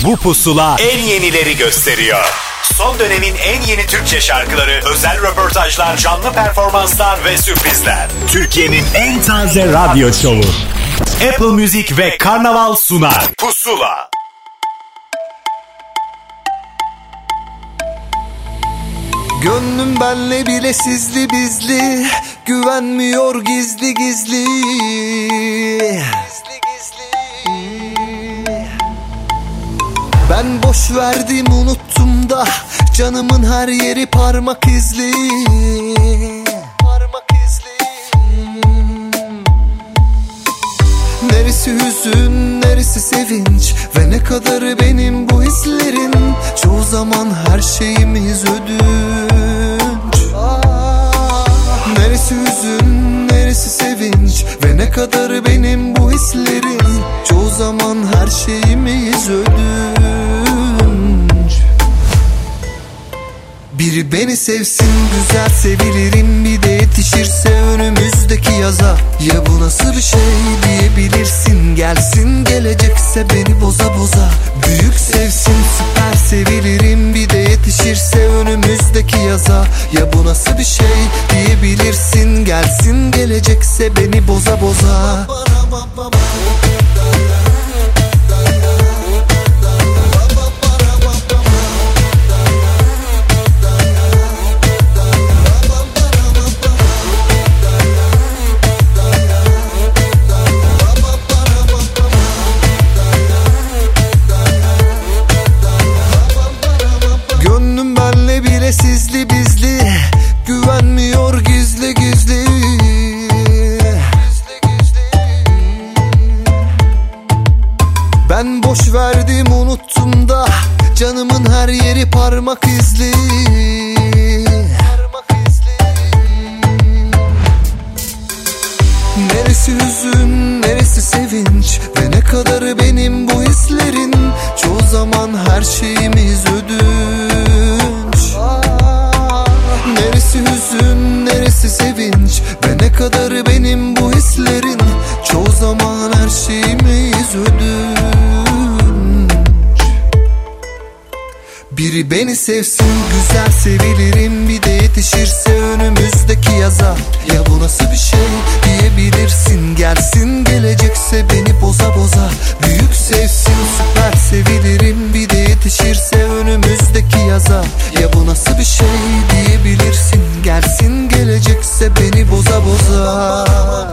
Bu pusula en yenileri gösteriyor. Son dönemin en yeni Türkçe şarkıları, özel röportajlar, canlı performanslar ve sürprizler. Türkiye'nin en taze radyo şovu. Apple Music ve Karnaval sunar. Pusula. Gönlüm benle bile sizli bizli, güvenmiyor gizli gizli. Ben boş verdim unuttum da, canımın her yeri parmak izli. Neresi hüzün, neresi sevinç ve ne kadar benim bu hislerin. Çoğu zaman her şeyimiz ödünç. Neresi hüzün, neresi sevinç ve ne kadar benim bu hislerin. Çoğu zaman her şeyimiz ödünç. Biri beni sevsin, güzel sevilirim, bir de yetişirse önümüzdeki yaza. Ya bu nasıl bir şey diyebilirsin, gelsin gelecekse beni boza boza. Büyük sevsin, süper sevilirim, bir de yetişirse önümüzdeki yaza. Ya bu nasıl bir şey diyebilirsin, gelsin gelecekse beni boza boza. Sizli bizli, güvenmiyor gizli gizli. Ben boş verdim unuttum da, canımın her yeri parmak izli. Neresi hüzün, neresi sevinç ve ne kadar benim bu hislerin. Çoğu zaman her şeyimiz ödünç. Neresi hüzün, neresi sevinç ve ne kadar benim bu hislerin. Çoğu zaman her şeyimiz ödünç. Biri beni sevsin, güzel sevilirim, bir de yetişirse önümüzdeki yaza. Ya bu nasıl bir şey diyebilirsin, gelsin gelecekse beni boza boza. Büyük sevsin, süper sevilirim, bir de yetişirse önümüzdeki yaza. Ya bu nasıl bir şey diyebilirsin, gelsin gelecekse beni boza boza.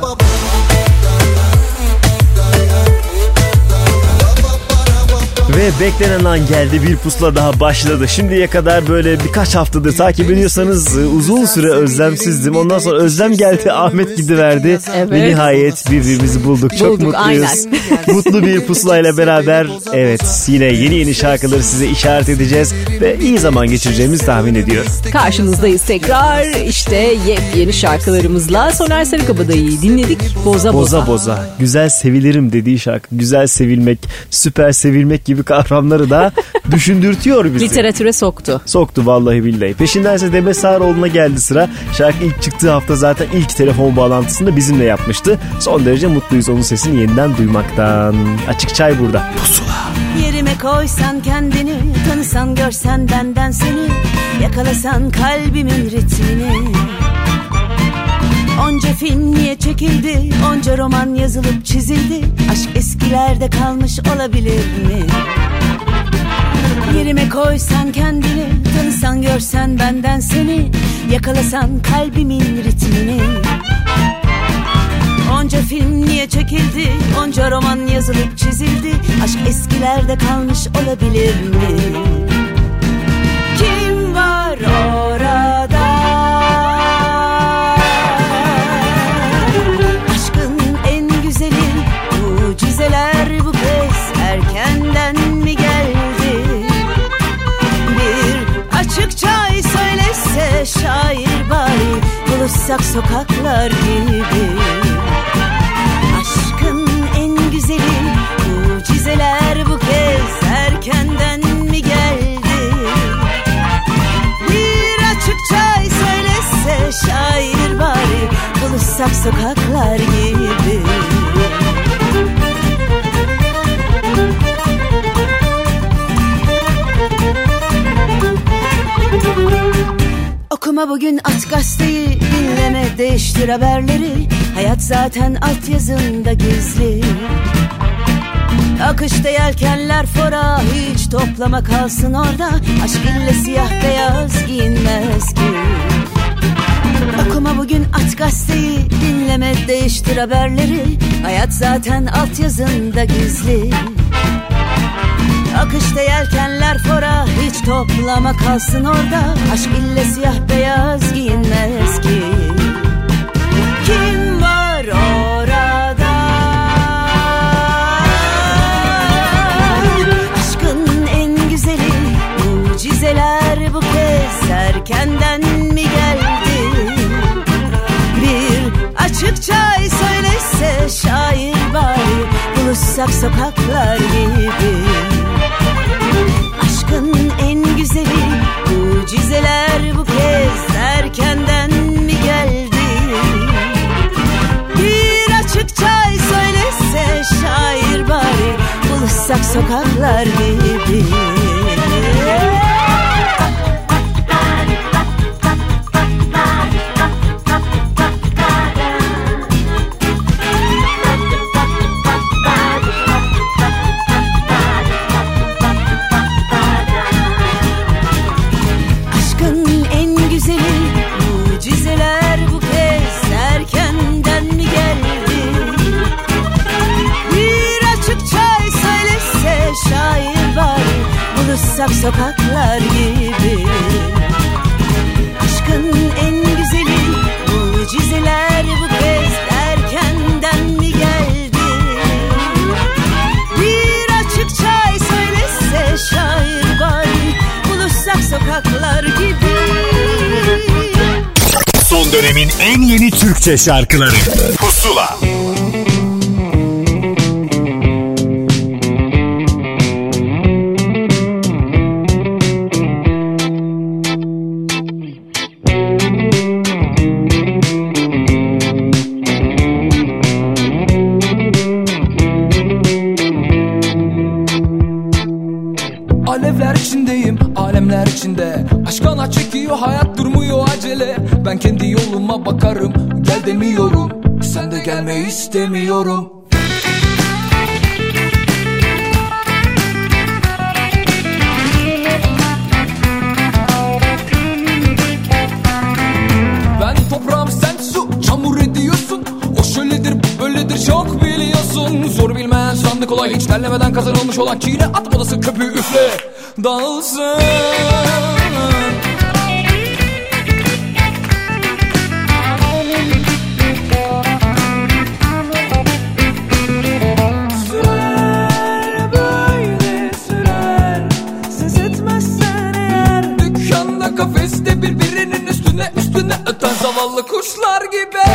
Ve beklenen an geldi, bir pusula daha başladı. Şimdiye kadar böyle birkaç haftadır takip ediyorsanız uzun süre özlemsizdim. Ondan sonra özlem geldi, Ahmet gidiverdi. Evet. Ve nihayet birbirimizi bulduk. Çok mutluyuz. Mutlu bir pusulayla beraber yine yeni şarkıları size işaret edeceğiz. Ve iyi zaman geçireceğimizi tahmin ediyorum. Karşınızdayız tekrar. İşte yeni şarkılarımızla Soner Sarıkabadayı'yı dinledik. Boza boza. Boza boza. Güzel sevilirim dediği şarkı. Güzel sevilmek, süper sevilmek gibi kavramları da düşündürtüyor bizi. Literatüre soktu. Soktu vallahi billahi. Peşindense Demet Sağaroğlu'na geldi sıra. Şarkı ilk çıktığı hafta zaten ilk telefon bağlantısını bizimle yapmıştı. Son derece mutluyuz onun sesini yeniden duymaktan. Açık Çay burada. Pusula. Yerime koysan kendini, tanısan görsen benden seni, yakalasan kalbimin ritmini. Onca film niye çekildi, onca roman yazılıp çizildi, aşk eskilerde kalmış olabilir mi? Yerime koysan kendini, tanısan görsen benden seni, yakalasan kalbimin ritmini. Onca film niye çekildi, onca roman yazılıp çizildi, aşk eskilerde kalmış olabilir mi? Kim var orada? Mucizeler bu kez erkenden mi geldi? Bir açık çay söylese şair bari, buluşsak sokaklar gibi. Aşkın en güzeli, mucizeler bu kez erkenden mi geldi? Bir açık çay söylese şair bari, buluşsak sokaklar gibi. Okuma bugün, aç gazeteyi, dinleme, değiştir haberleri. Hayat zaten altyazında gizli. Akışta yelkenler fora, hiç toplama kalsın orada. Aşk ille siyah beyaz giyinmez ki. Okuma bugün, aç gazeteyi, dinleme, değiştir haberleri. Hayat zaten altyazında gizli. Akışta yelkenler fora, hiç toplama kalsın orada. Aşk ille siyah beyaz giyinmez ki. Kim var orada? Aşkın en güzeli, mucizeler bu kez erkenden mi geldi? Bir açık çay söylese şair bari, buluşsak sokaklar gibi. Aşkın en güzeli, mucizeler bu kez erkenden mi geldi? Bir açık çay söylese şair bari, buluşsak sokaklar gibi. Sokaklar gibi. Aşkın en güzeli, mucizeler bu kez erkenden mi geldi? Bir açık çay söylese şair bari, buluşsak sokaklar gibi. Son dönemin en yeni Türkçe şarkıları Pusula. Aşkana çekiyor hayat, durmuyor acele. Ben kendi yoluma bakarım, gel demiyorum. Sen de gelme istemiyorum. Ben toprağım, sen su, çamur ediyorsun. O şöyledir bu böyledir çok biliyorsun. Zor bilmeyen sandı kolay, hiç terlemeden kazanılmış olan çiğne atmadası köpüğü üfle dağılsın. Kafeste birbirinin üstüne öten zavallı kuşlar gibi.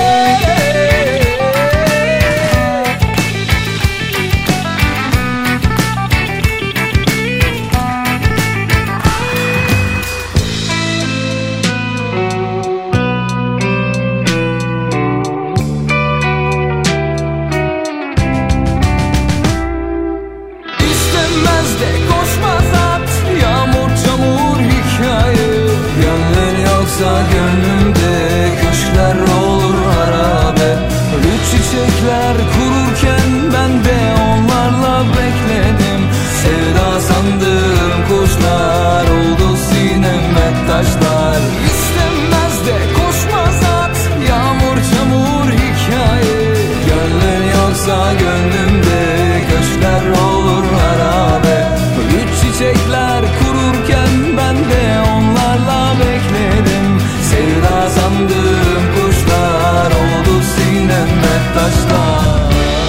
İstemez de koşmaz at, yağmur çamur hikaye. Yoksa gönlümde köşkler olur harabe. Ölü çiçekler kururken ben de onlarla bekledim. Sevda sandığım kuşlar oldu sineme taşlar. İstemez de koşmaz at, yağmur çamur hikaye. Gönlün yoksa gönlümde köşkler olur harabe. Ölü çiçekler kururken ben de onlarla bekledim. Sevda sandığım kuşlar oldu sineme taşlar.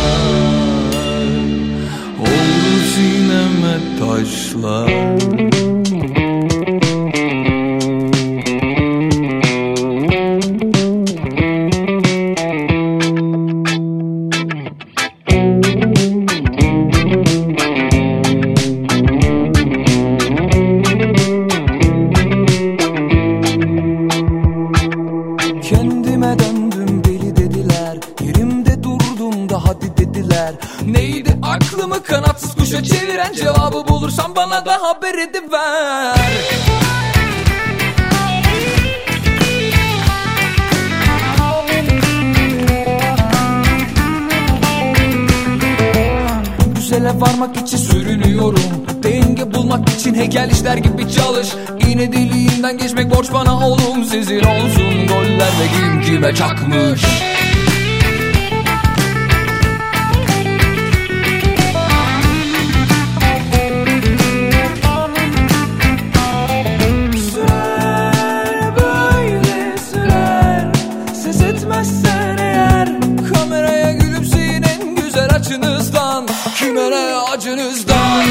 Oldu sineme taşlar. Neydi aklımı kanatsız kuşa çeviren, cevabı bulursan bana da haber ediver. güzele varmak için sürünüyorum. Denge bulmak için heykel işler gibi çalış. İğne deliğinden geçmek borç bana oğlum. Sizin olsun goller ve kim kime çakmış. Kime ne acınızdan.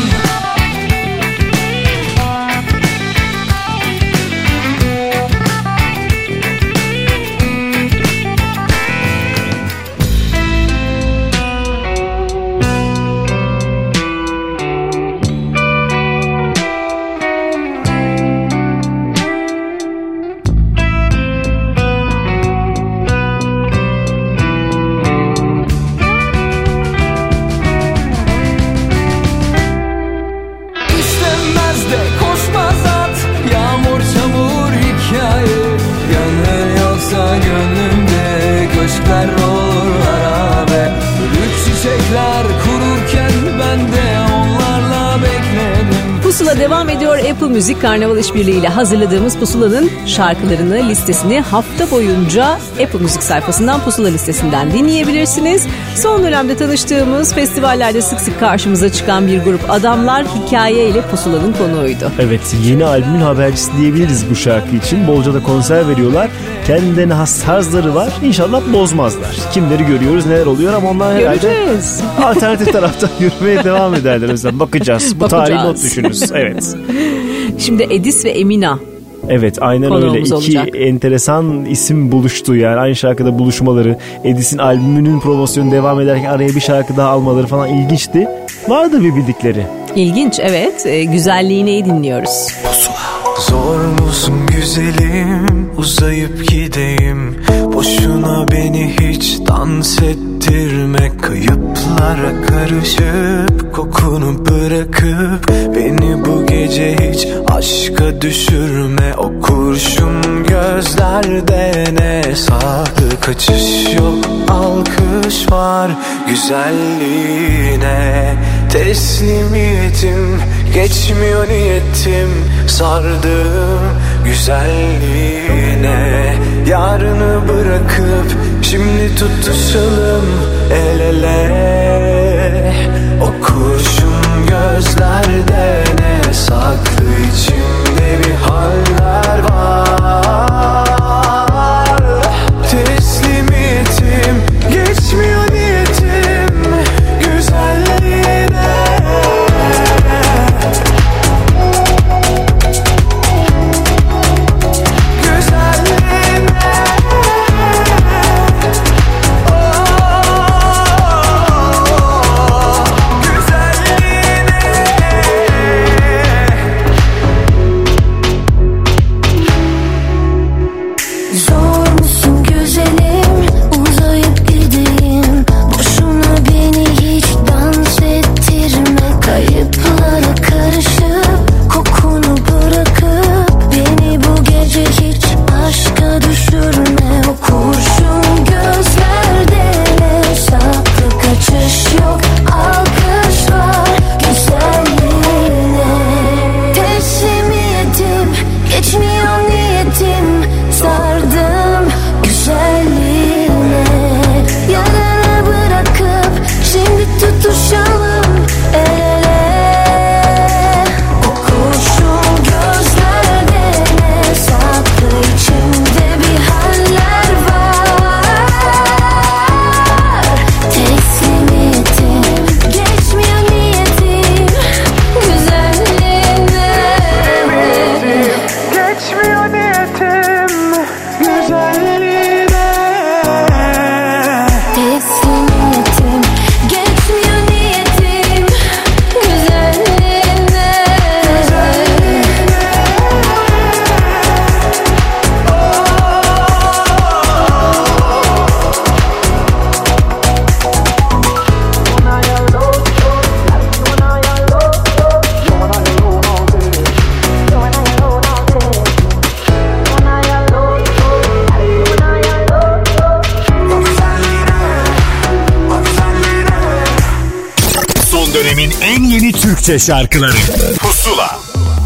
Pusula devam ediyor. Apple Müzik Karnaval işbirliğiyle hazırladığımız Pusula'nın şarkılarını, listesini hafta boyunca Apple Müzik sayfasından, Pusula listesinden dinleyebilirsiniz. Son dönemde tanıştığımız, festivallerde sık sık karşımıza çıkan bir grup adamlar hikaye ile Pusula'nın konuğuydu. Evet, yeni albümün habercisi diyebiliriz bu şarkı için. Bolca da konser veriyorlar. Kendilerine has tarzları var. İnşallah bozmazlar. Kimleri görüyoruz, neler oluyor ama onlar herhalde alternatif taraftan yürümeye devam ederler. Mesela bakacağız. Bu tarihi not düşünürüz. Evet. Şimdi Edis ve Emina. Evet, aynen öyle. İki olacak. Enteresan isim buluştu yani aynı şarkıda buluşmaları. Edis'in albümünün promosyonu devam ederken araya bir şarkı daha almaları falan ilginçti. Vardı bir bildikleri. İlginç, evet. Güzelliğini dinliyoruz. Zor musun güzelim, uzayıp gideyim. Boşuna beni hiç dans ettirme. Kayıplara karışıp kokunu bırakıp beni bu gece hiç aşka düşürme. O kurşun gözlerde ne saklı kaçış yok, alkış var güzelliğine. Teslimiyetim geçmiyor niyetim, sardım güzelliğine. Yarını bırakıp şimdi tutuşalım el ele. O kurşun gözlerde ne saklı, içimde bir haller var. Teslimiyetim geçmiyor niyetim güzelliğine. Türkçe şarkıları Pusula.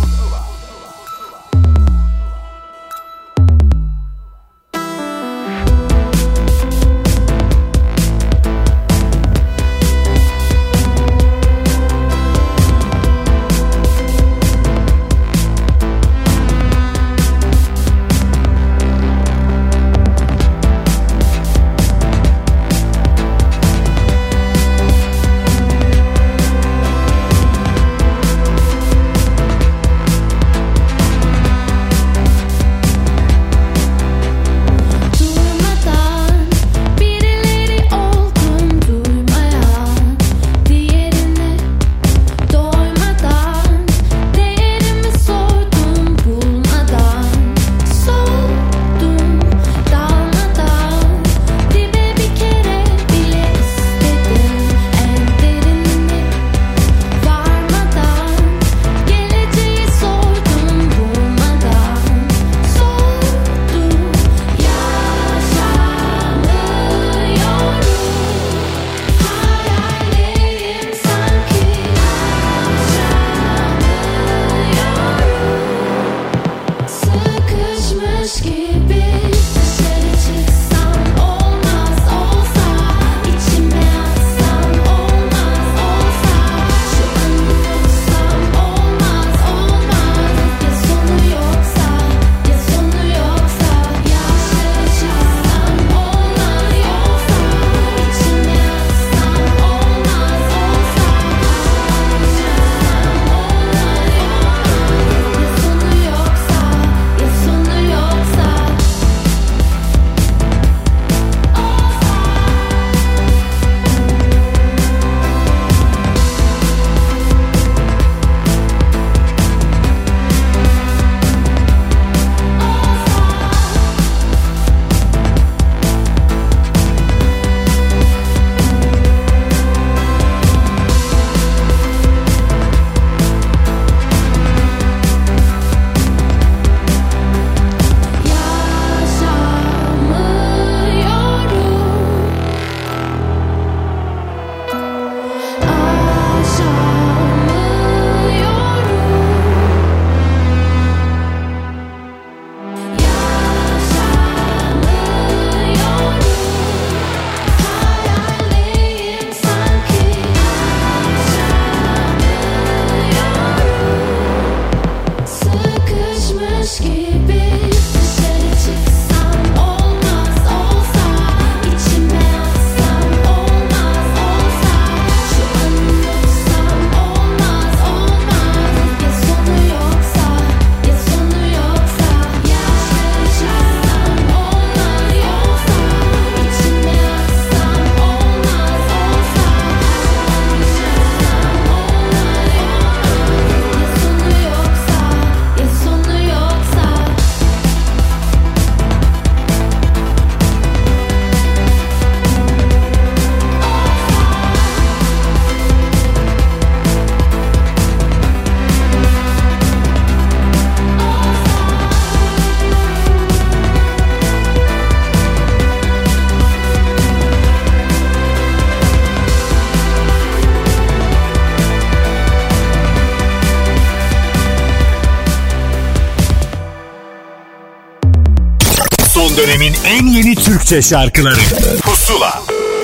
Dönemin en yeni Türkçe şarkıları Pusula.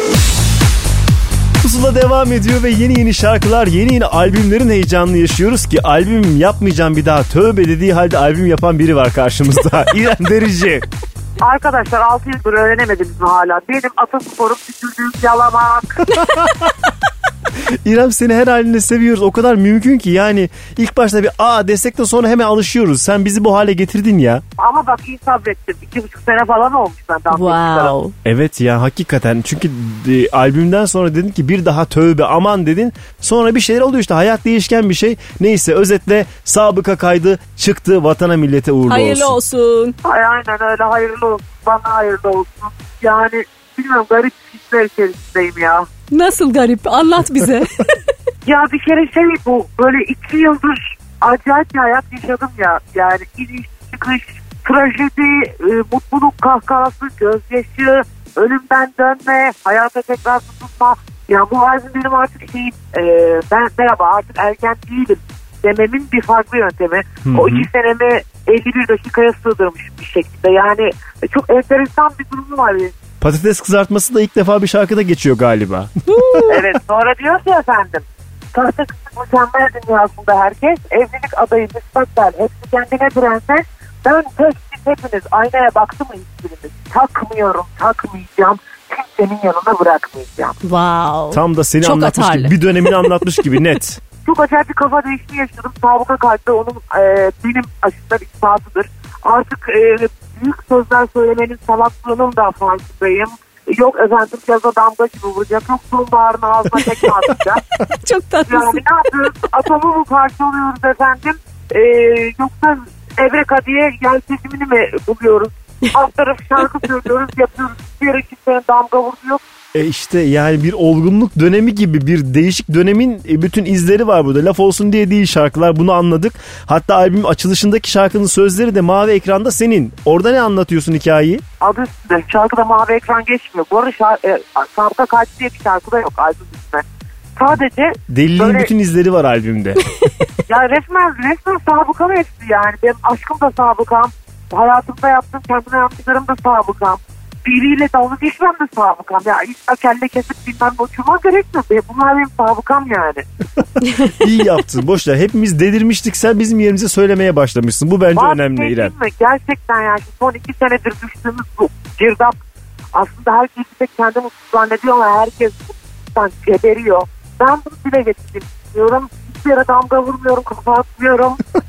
Pusula devam ediyor ve yeni şarkılar, yeni albümlerin heyecanını yaşıyoruz ki albüm yapmayacağım bir daha tövbe dediği halde albüm yapan biri var karşımızda. İrem Derici. Arkadaşlar 6 yıldır öğrenemediniz mi hala? Benim atasporum tükürdüğüm yalamak. İrem, seni her halinde seviyoruz. O kadar mümkün ki yani ilk başta bir desek de sonra hemen alışıyoruz. Sen bizi bu hale getirdin ya. Ama bak iyi sabrettim. 2,5 sene falan olmuş benden. Wow. Evet ya, hakikaten. Çünkü albümden sonra dedin ki bir daha tövbe aman dedin. Sonra bir şeyler oluyor işte. Hayat değişken bir şey. Neyse, özetle sabıka kaydı çıktı. Vatana millete uğurlu hayırlı olsun. Aynen öyle, hayırlı olsun. Bana hayırlı olsun. Yani bilmiyorum, garip hisler içerisindeyim ya. Nasıl garip? Anlat bize. Ya bir kere bu böyle 2 yıldır acayip bir hayat yaşadım ya. Yani iniş çıkış, trajedi, mutluluk kahkahası, gözyaşı, ölümden dönme, hayata tekrar tutunma. Ya bu albüm benim artık şeyim, ben merhaba artık erken değilim dememin bir farklı yöntemi. Hı-hı. O 2 senemi 51 dakikaya sığdırmış bir şekilde. Yani çok enteresan bir durum var. Patates kızartması da ilk defa bir şarkıda geçiyor galiba. Evet, sonra diyor ki efendim, tahta mükemmel dünyasında herkes, evlilik adayı müstakbel, hepsi kendine prenses. Ben tek, siz hepiniz aynaya baktı mı hiçbirimiz? Takmıyorum, takmayacağım. Kimsenin yanına bırakmayacağım. Wow. Tam da seni çok anlatmış atarlı. gibi, bir dönemini anlatmış gibi net. Çok acayip bir kafa değişimi yaşadım. Sabıka kartı onun benim aşımda bir ispatıdır. Artık büyük sözler söylemenin salaklığının da farkındayım. Yok efendim yaza damga gibi vuracak. Yok sonbaharın ağzına tekme atacak. Çok tatlısın. Yani ne yapıyoruz? Atomu mu parçalıyoruz efendim? Yoksa Evreka diye yer çekimini mi buluyoruz? Alt tarafı şarkı söylüyoruz, yapıyoruz. Bir yere kimsenin damga vurdu yok. İşte yani bir olgunluk dönemi gibi bir değişik dönemin bütün izleri var burada. Laf olsun diye değil şarkılar, bunu anladık. Hatta albüm açılışındaki şarkının sözleri de mavi ekranda senin. Orada ne anlatıyorsun hikayeyi? Adı üstünde. Şarkıda mavi ekran geçmiyor. Bu arada Sabıka Kaç diye bir şarkı da yok albüm üstünde. Sadece Deliliğin böyle... bütün izleri var albümde. Ya resmen sabıkam hepsi yani. Benim aşkım da sabıkam. Hayatımda yaptığım, kendime yaptıklarım da sabıkam. Biriyle dalga geçmem de sabıkam. Ya hiç kelle kesip bilmem uçurma gerekmiyor. Bunlar benim sabıkam yani. İyi yaptın. Boşver. Hepimiz delirmiştik. Sen bizim yerimize söylemeye başlamışsın. Bu bence önemli İrem. Gerçekten yani son 2 senedir düştüğümüz bu girdap. Aslında herkes de kendi mutlu zannediyor ama herkes mutluluktan geberiyor. Ben bunu dile getirdim diyorum. Hiçbir yere damga vurmuyorum, kafa atmıyorum.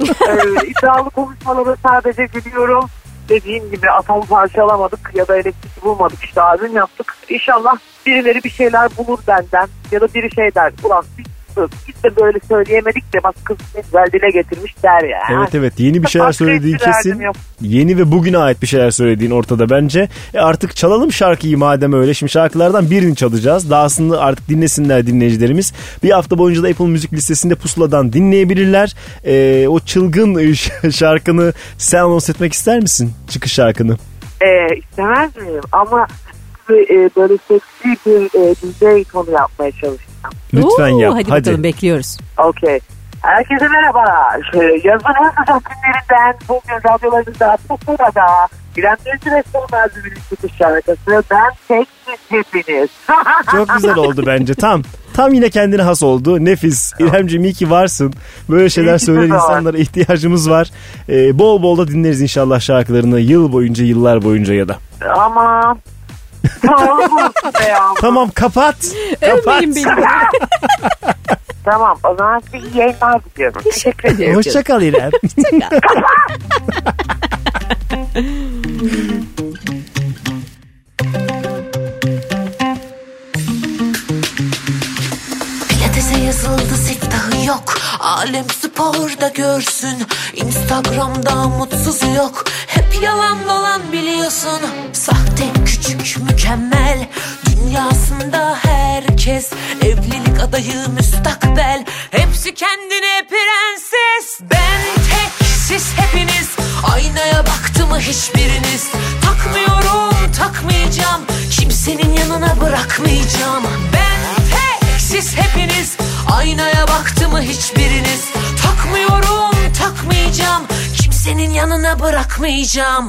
İddialı konuşmaları sadece gülüyorum. Dediğim gibi atomu parçalamadık ya da elektrik bulmadık, işte albüm yaptık. İnşallah birileri bir şeyler bulur benden ya da biri şey der. Ulan biz de böyle söyleyemedik de bak kız ne güzel dile getirmiş der ya. Evet yeni bir şeyler söylediğin kesin. Yeni ve bugüne ait bir şeyler söylediğin ortada bence. Artık çalalım şarkıyı madem öyle. Şimdi şarkılardan birini çalacağız. Dahasını artık dinlesinler dinleyicilerimiz. Bir hafta boyunca da Apple Müzik listesinde Pusula'dan dinleyebilirler. O çılgın şarkını sen anons etmek ister misin? Çıkış şarkını. İstemez miyim? Ama böyle seksi bir DJ konu yapmaya çalışacağım. Lütfen yap. Hadi bakalım, bekliyoruz. Okey. Herkese merhaba. Yazın en sıcak günlerinden bugün radyolarınızda Pusula'da İrem Deniz Restoran albümünün çıkış şarkısı Ben Tek Siz Hepiniz. Çok güzel oldu bence. Tam yine kendine has oldu. Nefis. İremciğim iyi ki varsın. Böyle şeyler söyleyen insanlara ihtiyacımız var. Bol bol da dinleriz inşallah şarkılarını. Yıl boyunca, yıllar boyunca ya da. Aman. Tamam kapat. Övmeyin beni. Tamam o zaman size iyi yayınlar diliyorum. Teşekkür ederim. Hoşçakal İrem. Pilatese yazıldı siftahı yok. Alem sporda görsün. Instagram'da mutsuzu yok. Hep yalan dolan biliyorsun. Sahte küçük mükemmel. Dünyasında herkes evlilik adayı müstakbel. Hepsi kendine prenses. Ben tek siz hepiniz. Aynaya baktı mı hiçbiriniz? Takmıyorum takmayacağım. Kimsenin yanına bırakmayacağım. Ben tek siz hepiniz. Aynaya baktı mı hiçbiriniz? Takmıyorum takmayacağım. Kimsenin yanına bırakmayacağım.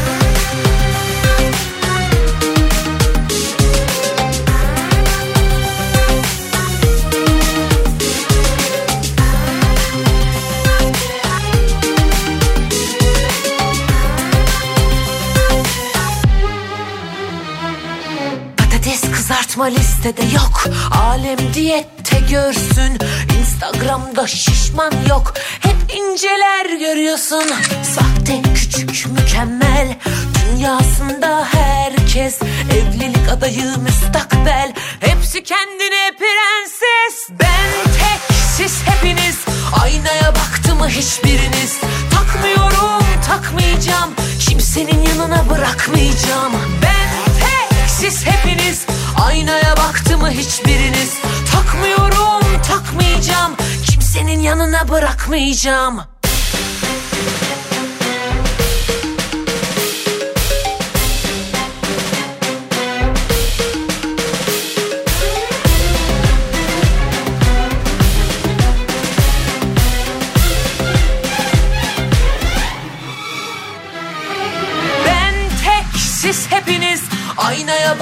Kızartma listede yok. Alem diyette görsün. Instagram'da şişman yok. Hep inceler görüyorsun. Sahte küçük mükemmel. Dünyasında herkes evlilik adayı müstakbel. Hepsi kendine prenses. Ben tek siz hepiniz. Aynaya baktı mı hiçbiriniz? Takmıyorum takmayacağım. Kimsenin yanına bırakmayacağım. Ben tek siz hepiniz. Aynaya baktı mı hiçbiriniz? Takmıyorum takmayacağım. Kimsenin yanına bırakmayacağım.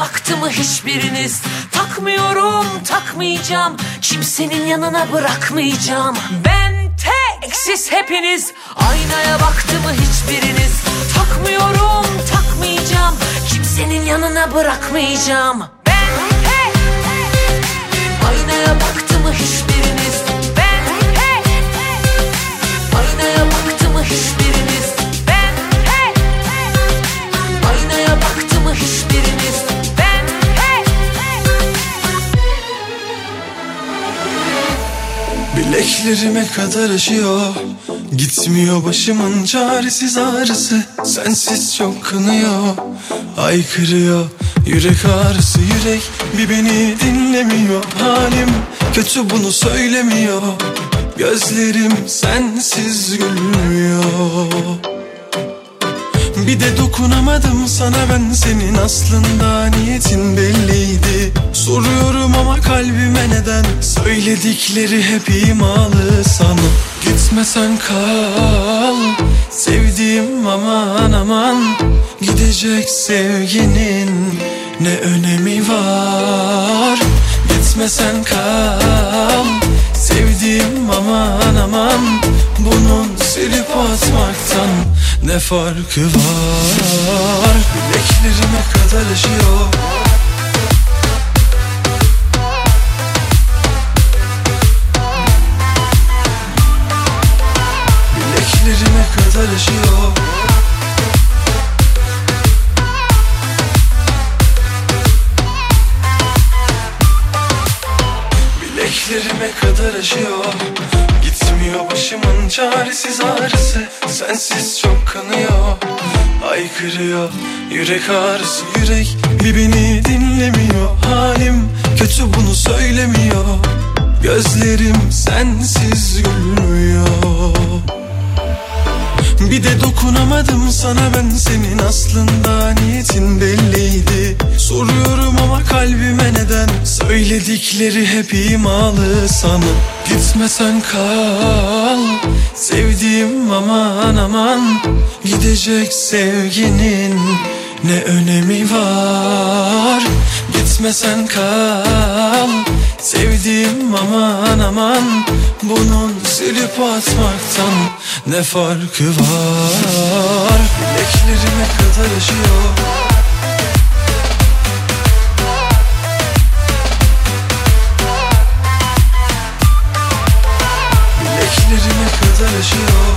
baktı mı hiçbiriniz? Takmıyorum, takmayacağım, kimsenin yanına bırakmayacağım. Ben tek, siz hepiniz. Aynaya baktı mı hiçbiriniz? Takmıyorum, takmayacağım, kimsenin yanına bırakmayacağım. Ben tek. Aynaya baktı mı hiçbiriniz? Ben tek. Aynaya baktı mı hiçbiriniz? Ben tek. Aynaya baktı mı hiçbiriniz? Ben tek. Bileklerime kadar aşıyor, gitmiyor başımın çaresiz ağrısı. Sensiz çok kanıyor, haykırıyor yürek ağrısı. Yürek bir beni dinlemiyor, halim kötü bunu söylemiyor. Gözlerim sensiz gülmüyor. Bir de dokunamadım sana ben, senin aslında niyetin belliydi. Soruyorum ama kalbime neden, söyledikleri hep imalı sana. Gitmesen kal sevdiğim, aman aman. Gidecek sevginin ne önemi var? Gitmesen kal sevdiğim, aman aman. Bunun silip atmaktan ne farkı var? Bileklerime kadar aşıyor. Bileklerime kadar aşıyor. Bileklerime kadar aşıyor. Gitmiyor başımın çaresiz ağrısı. Sensiz çok kanıyor, haykırıyor yürek ağrısı. Yürek bir beni dinlemiyor, halim kötü bunu söylemiyor. Gözlerim sensiz gülmüyor. Bir de dokunamadım sana ben, senin aslında niyetin belliydi. Soruyorum ama kalbime neden, söyledikleri hep imalı sana. Gitmesen kal sevdiğim, aman aman. Gidecek sevginin ne önemi var? Gitmesen kal sevdiğim, aman aman. Bunun silip atmaktan ne farkı var? Bileklerime kadar aşıyor. Bileklerime kadar aşıyor.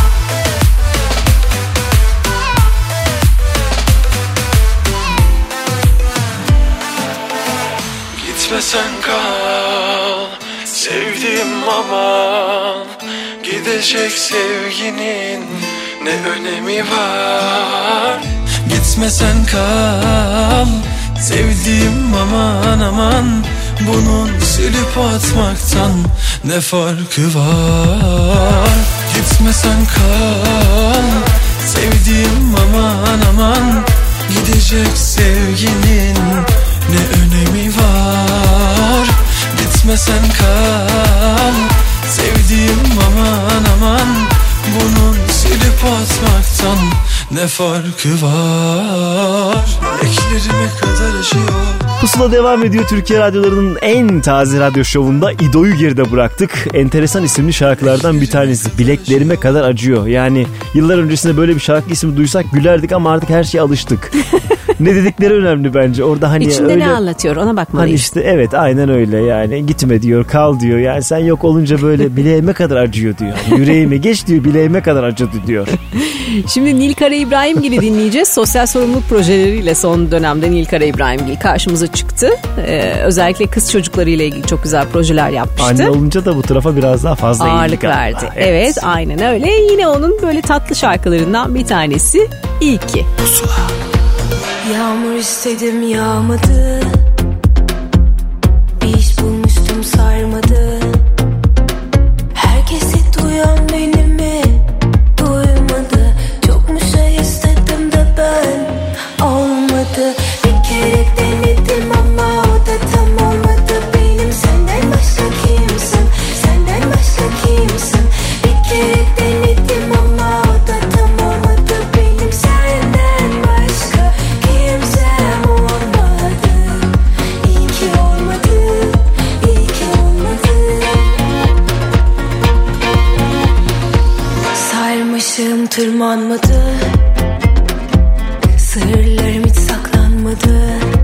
Gitmesen kal sevdiğim, aman. Gidecek sevginin ne önemi var? Gitmesen kal sevdiğim, aman aman. Bunun silip atmaktan ne farkı var? Gitmesen kal sevdiğim, aman aman. Gidecek sevginin ne önemi var? Gitmesen kal sevdiğim, aman aman. Bunun silip atmaktan ne farkı var? Bileklerime kadar aşıyor. Pusula devam ediyor. Türkiye radyolarının en taze radyo şovunda İdo'yu geride bıraktık. Enteresan isimli şarkılardan bir tanesi. Bileklerime kadar acıyor. Yani yıllar öncesinde böyle bir şarkı ismi duysak gülerdik ama artık her şeye alıştık. Ne dedikleri önemli bence. Orada hani İçinde öyle, ne anlatıyor ona bakmalıyız. Hani işte evet, aynen öyle yani. Gitme diyor, kal diyor. Yani sen yok olunca böyle bileğime kadar acıyor diyor. Yani yüreğime geç diyor, bileğime kadar acıdı diyor. Şimdi Nilkara İbrahimgil'i dinleyeceğiz. Sosyal sorumluluk projeleriyle son dönemde Nilkara İbrahimgil karşımıza çıktı. Özellikle kız çocuklarıyla ilgili çok güzel projeler yapmıştı. Anne olunca da bu tarafa biraz daha fazla ağırlık verdi. Evet, aynen öyle. Yine onun böyle tatlı şarkılarından bir tanesi İyi ki. Pusula. Yağmur istedim yağmadı, bir iş bulmuştum sarmadı. Herkesi duyan beni mi duymadı? Çok mu şey istedim de ben olmadı. Bir kere denedim ama o da tam olmadı. Benim senden başka kimsin? Senden başka kimsin? Bir kere denedim ama o da tam olmadı. Benim senden başka kimsem olmadı. Başım tırmanmadı, sırlarım hiç saklanmadı.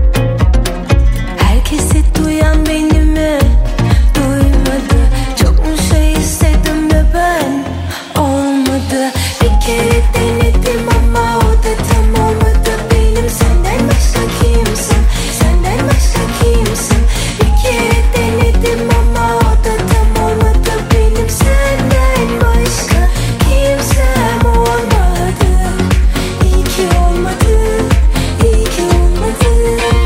Herkesi duyan beni mi duymadı? Çok mu şey istedim de ben olmadı. Bir kere denedim ama o da tam olmadı. Benim senden başka kimsin? Senden başka kimsin? Bir kere denedim ama o da tam olmadı. Benim senden başka kimsem olmadı. İyi ki olmadı, iyi ki olmadı.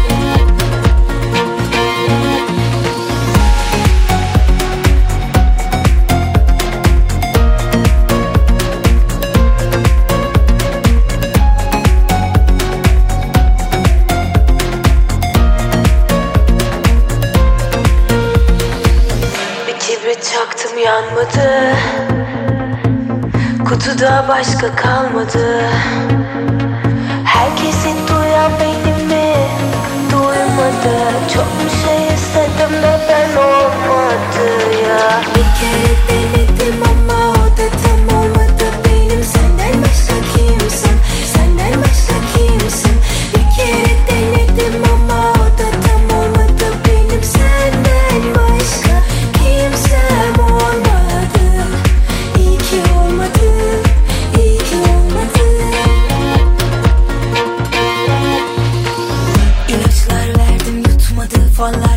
Bir kibrit çaktım yanmadı, kutuda başka kalmadı. Herkesi duyan beni mi duymadı? Çok mu şey istedim de ben olmadı ya. Bir kere denedim ama o da tam olmadı. Benim senden başka kimsin? Senden başka kimsin? Bir kere denedim ama o da tam olmadı. Benim senden başka kimsem olmadı. İyi ki olmadı, iyi ki olmadı. İlaçlar verdim yutmadı falan.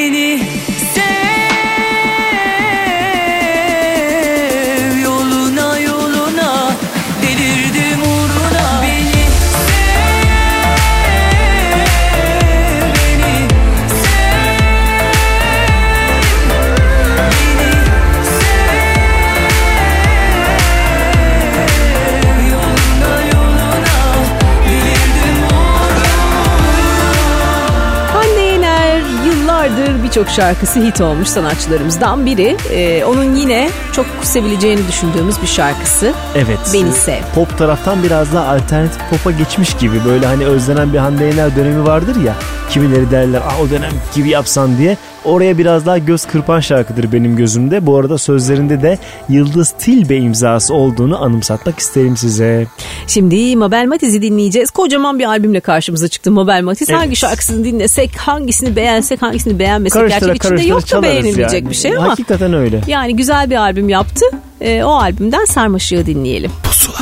Beni sev, yoluna yoluna delirdim uğruna. Beni sev, beni sev, beni sev, yoluna yoluna delirdim uğruna. Hande Yener yıllardır birçok şarkısı hit olmuş sanatçılarımızdan biri. Onun yine çok sevileceğini düşündüğümüz bir şarkısı. Evet. Beni Sev. Pop taraftan biraz daha alternatif pop'a geçmiş gibi. Böyle hani özlenen bir Hande Yener dönemi vardır ya. Kimileri derler o dönem gibi yapsan diye. Oraya biraz daha göz kırpan şarkıdır benim gözümde. Bu arada sözlerinde de Yıldız Tilbe imzası olduğunu anımsatmak isterim size. Şimdi Mabel Matiz'i dinleyeceğiz. Kocaman bir albümle karşımıza çıktı Mabel Matiz. Evet. Hangi şarkısını dinlesek, hangisini beğensek, hangisini beğenmesek. Gerçi içinde yok da beğenilecek bir şey ama. Hakikaten öyle. Yani güzel bir albüm yaptı. O albümden Sarmaşık'ı dinleyelim. Pusula.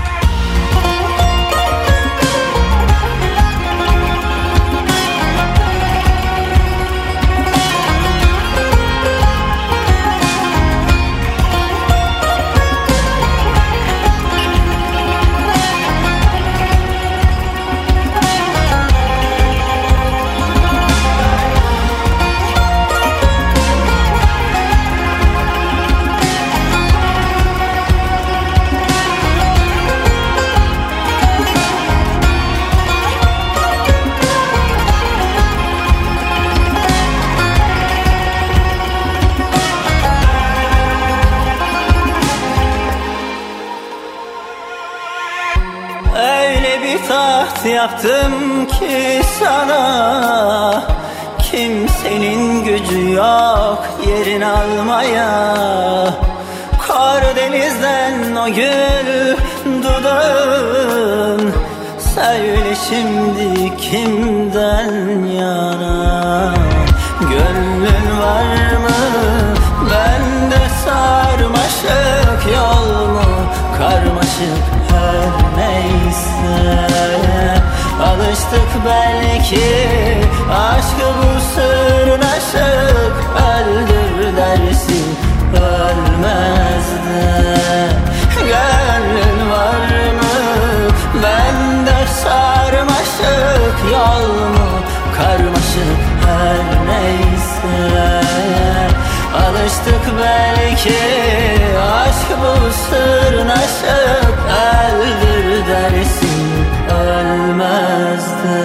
Yaptım ki sana, kimsenin gücü yok yerin almaya. Karadeniz'den o gül dudağın, söyle şimdi kimden yana. Gönlün var mı bende sarmaşık, yol mu karmaşık her neyse. Alıştık belki aşkı bu sırnaşık, öldür dersin ölmez de. Gönlün var mı bende sarmaşık, yol mu karmaşık her neyse. Alıştık belki aşkı bu sırnaşık, öldür dersin ölmez de.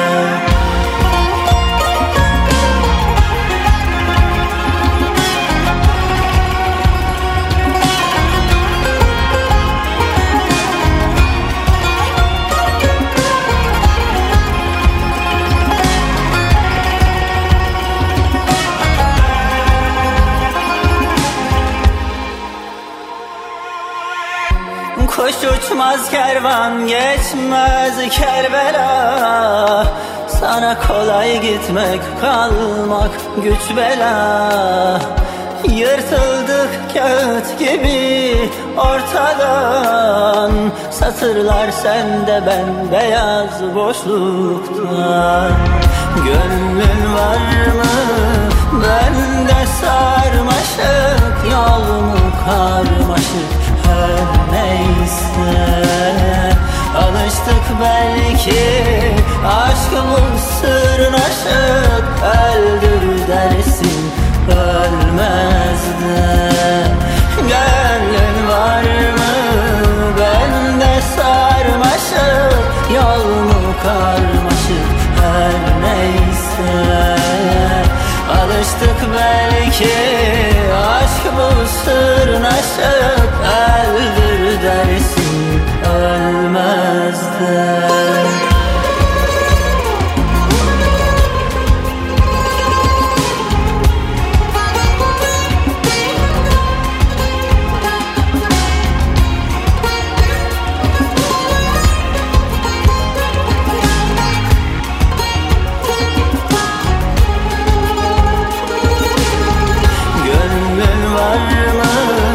Kuş uçmaz kervan geçmez Kerbela. Sana kolay gitmek kalmak güç bela. Yırtıldık kağıt gibi ortadan, satırlar sende ben beyaz boşlukta. Gönlün var mı bende sarmaşık, yol mu karmaşık her neyse. Alıştık belki aşkı bu sırnaşık, öldür dersin ölmez de. Gönlün var mı bende sarmaşık, yol mu karmaşık her neyse. Alıştık belki aşk bu sırnaşık, öldür dersin ölmez de.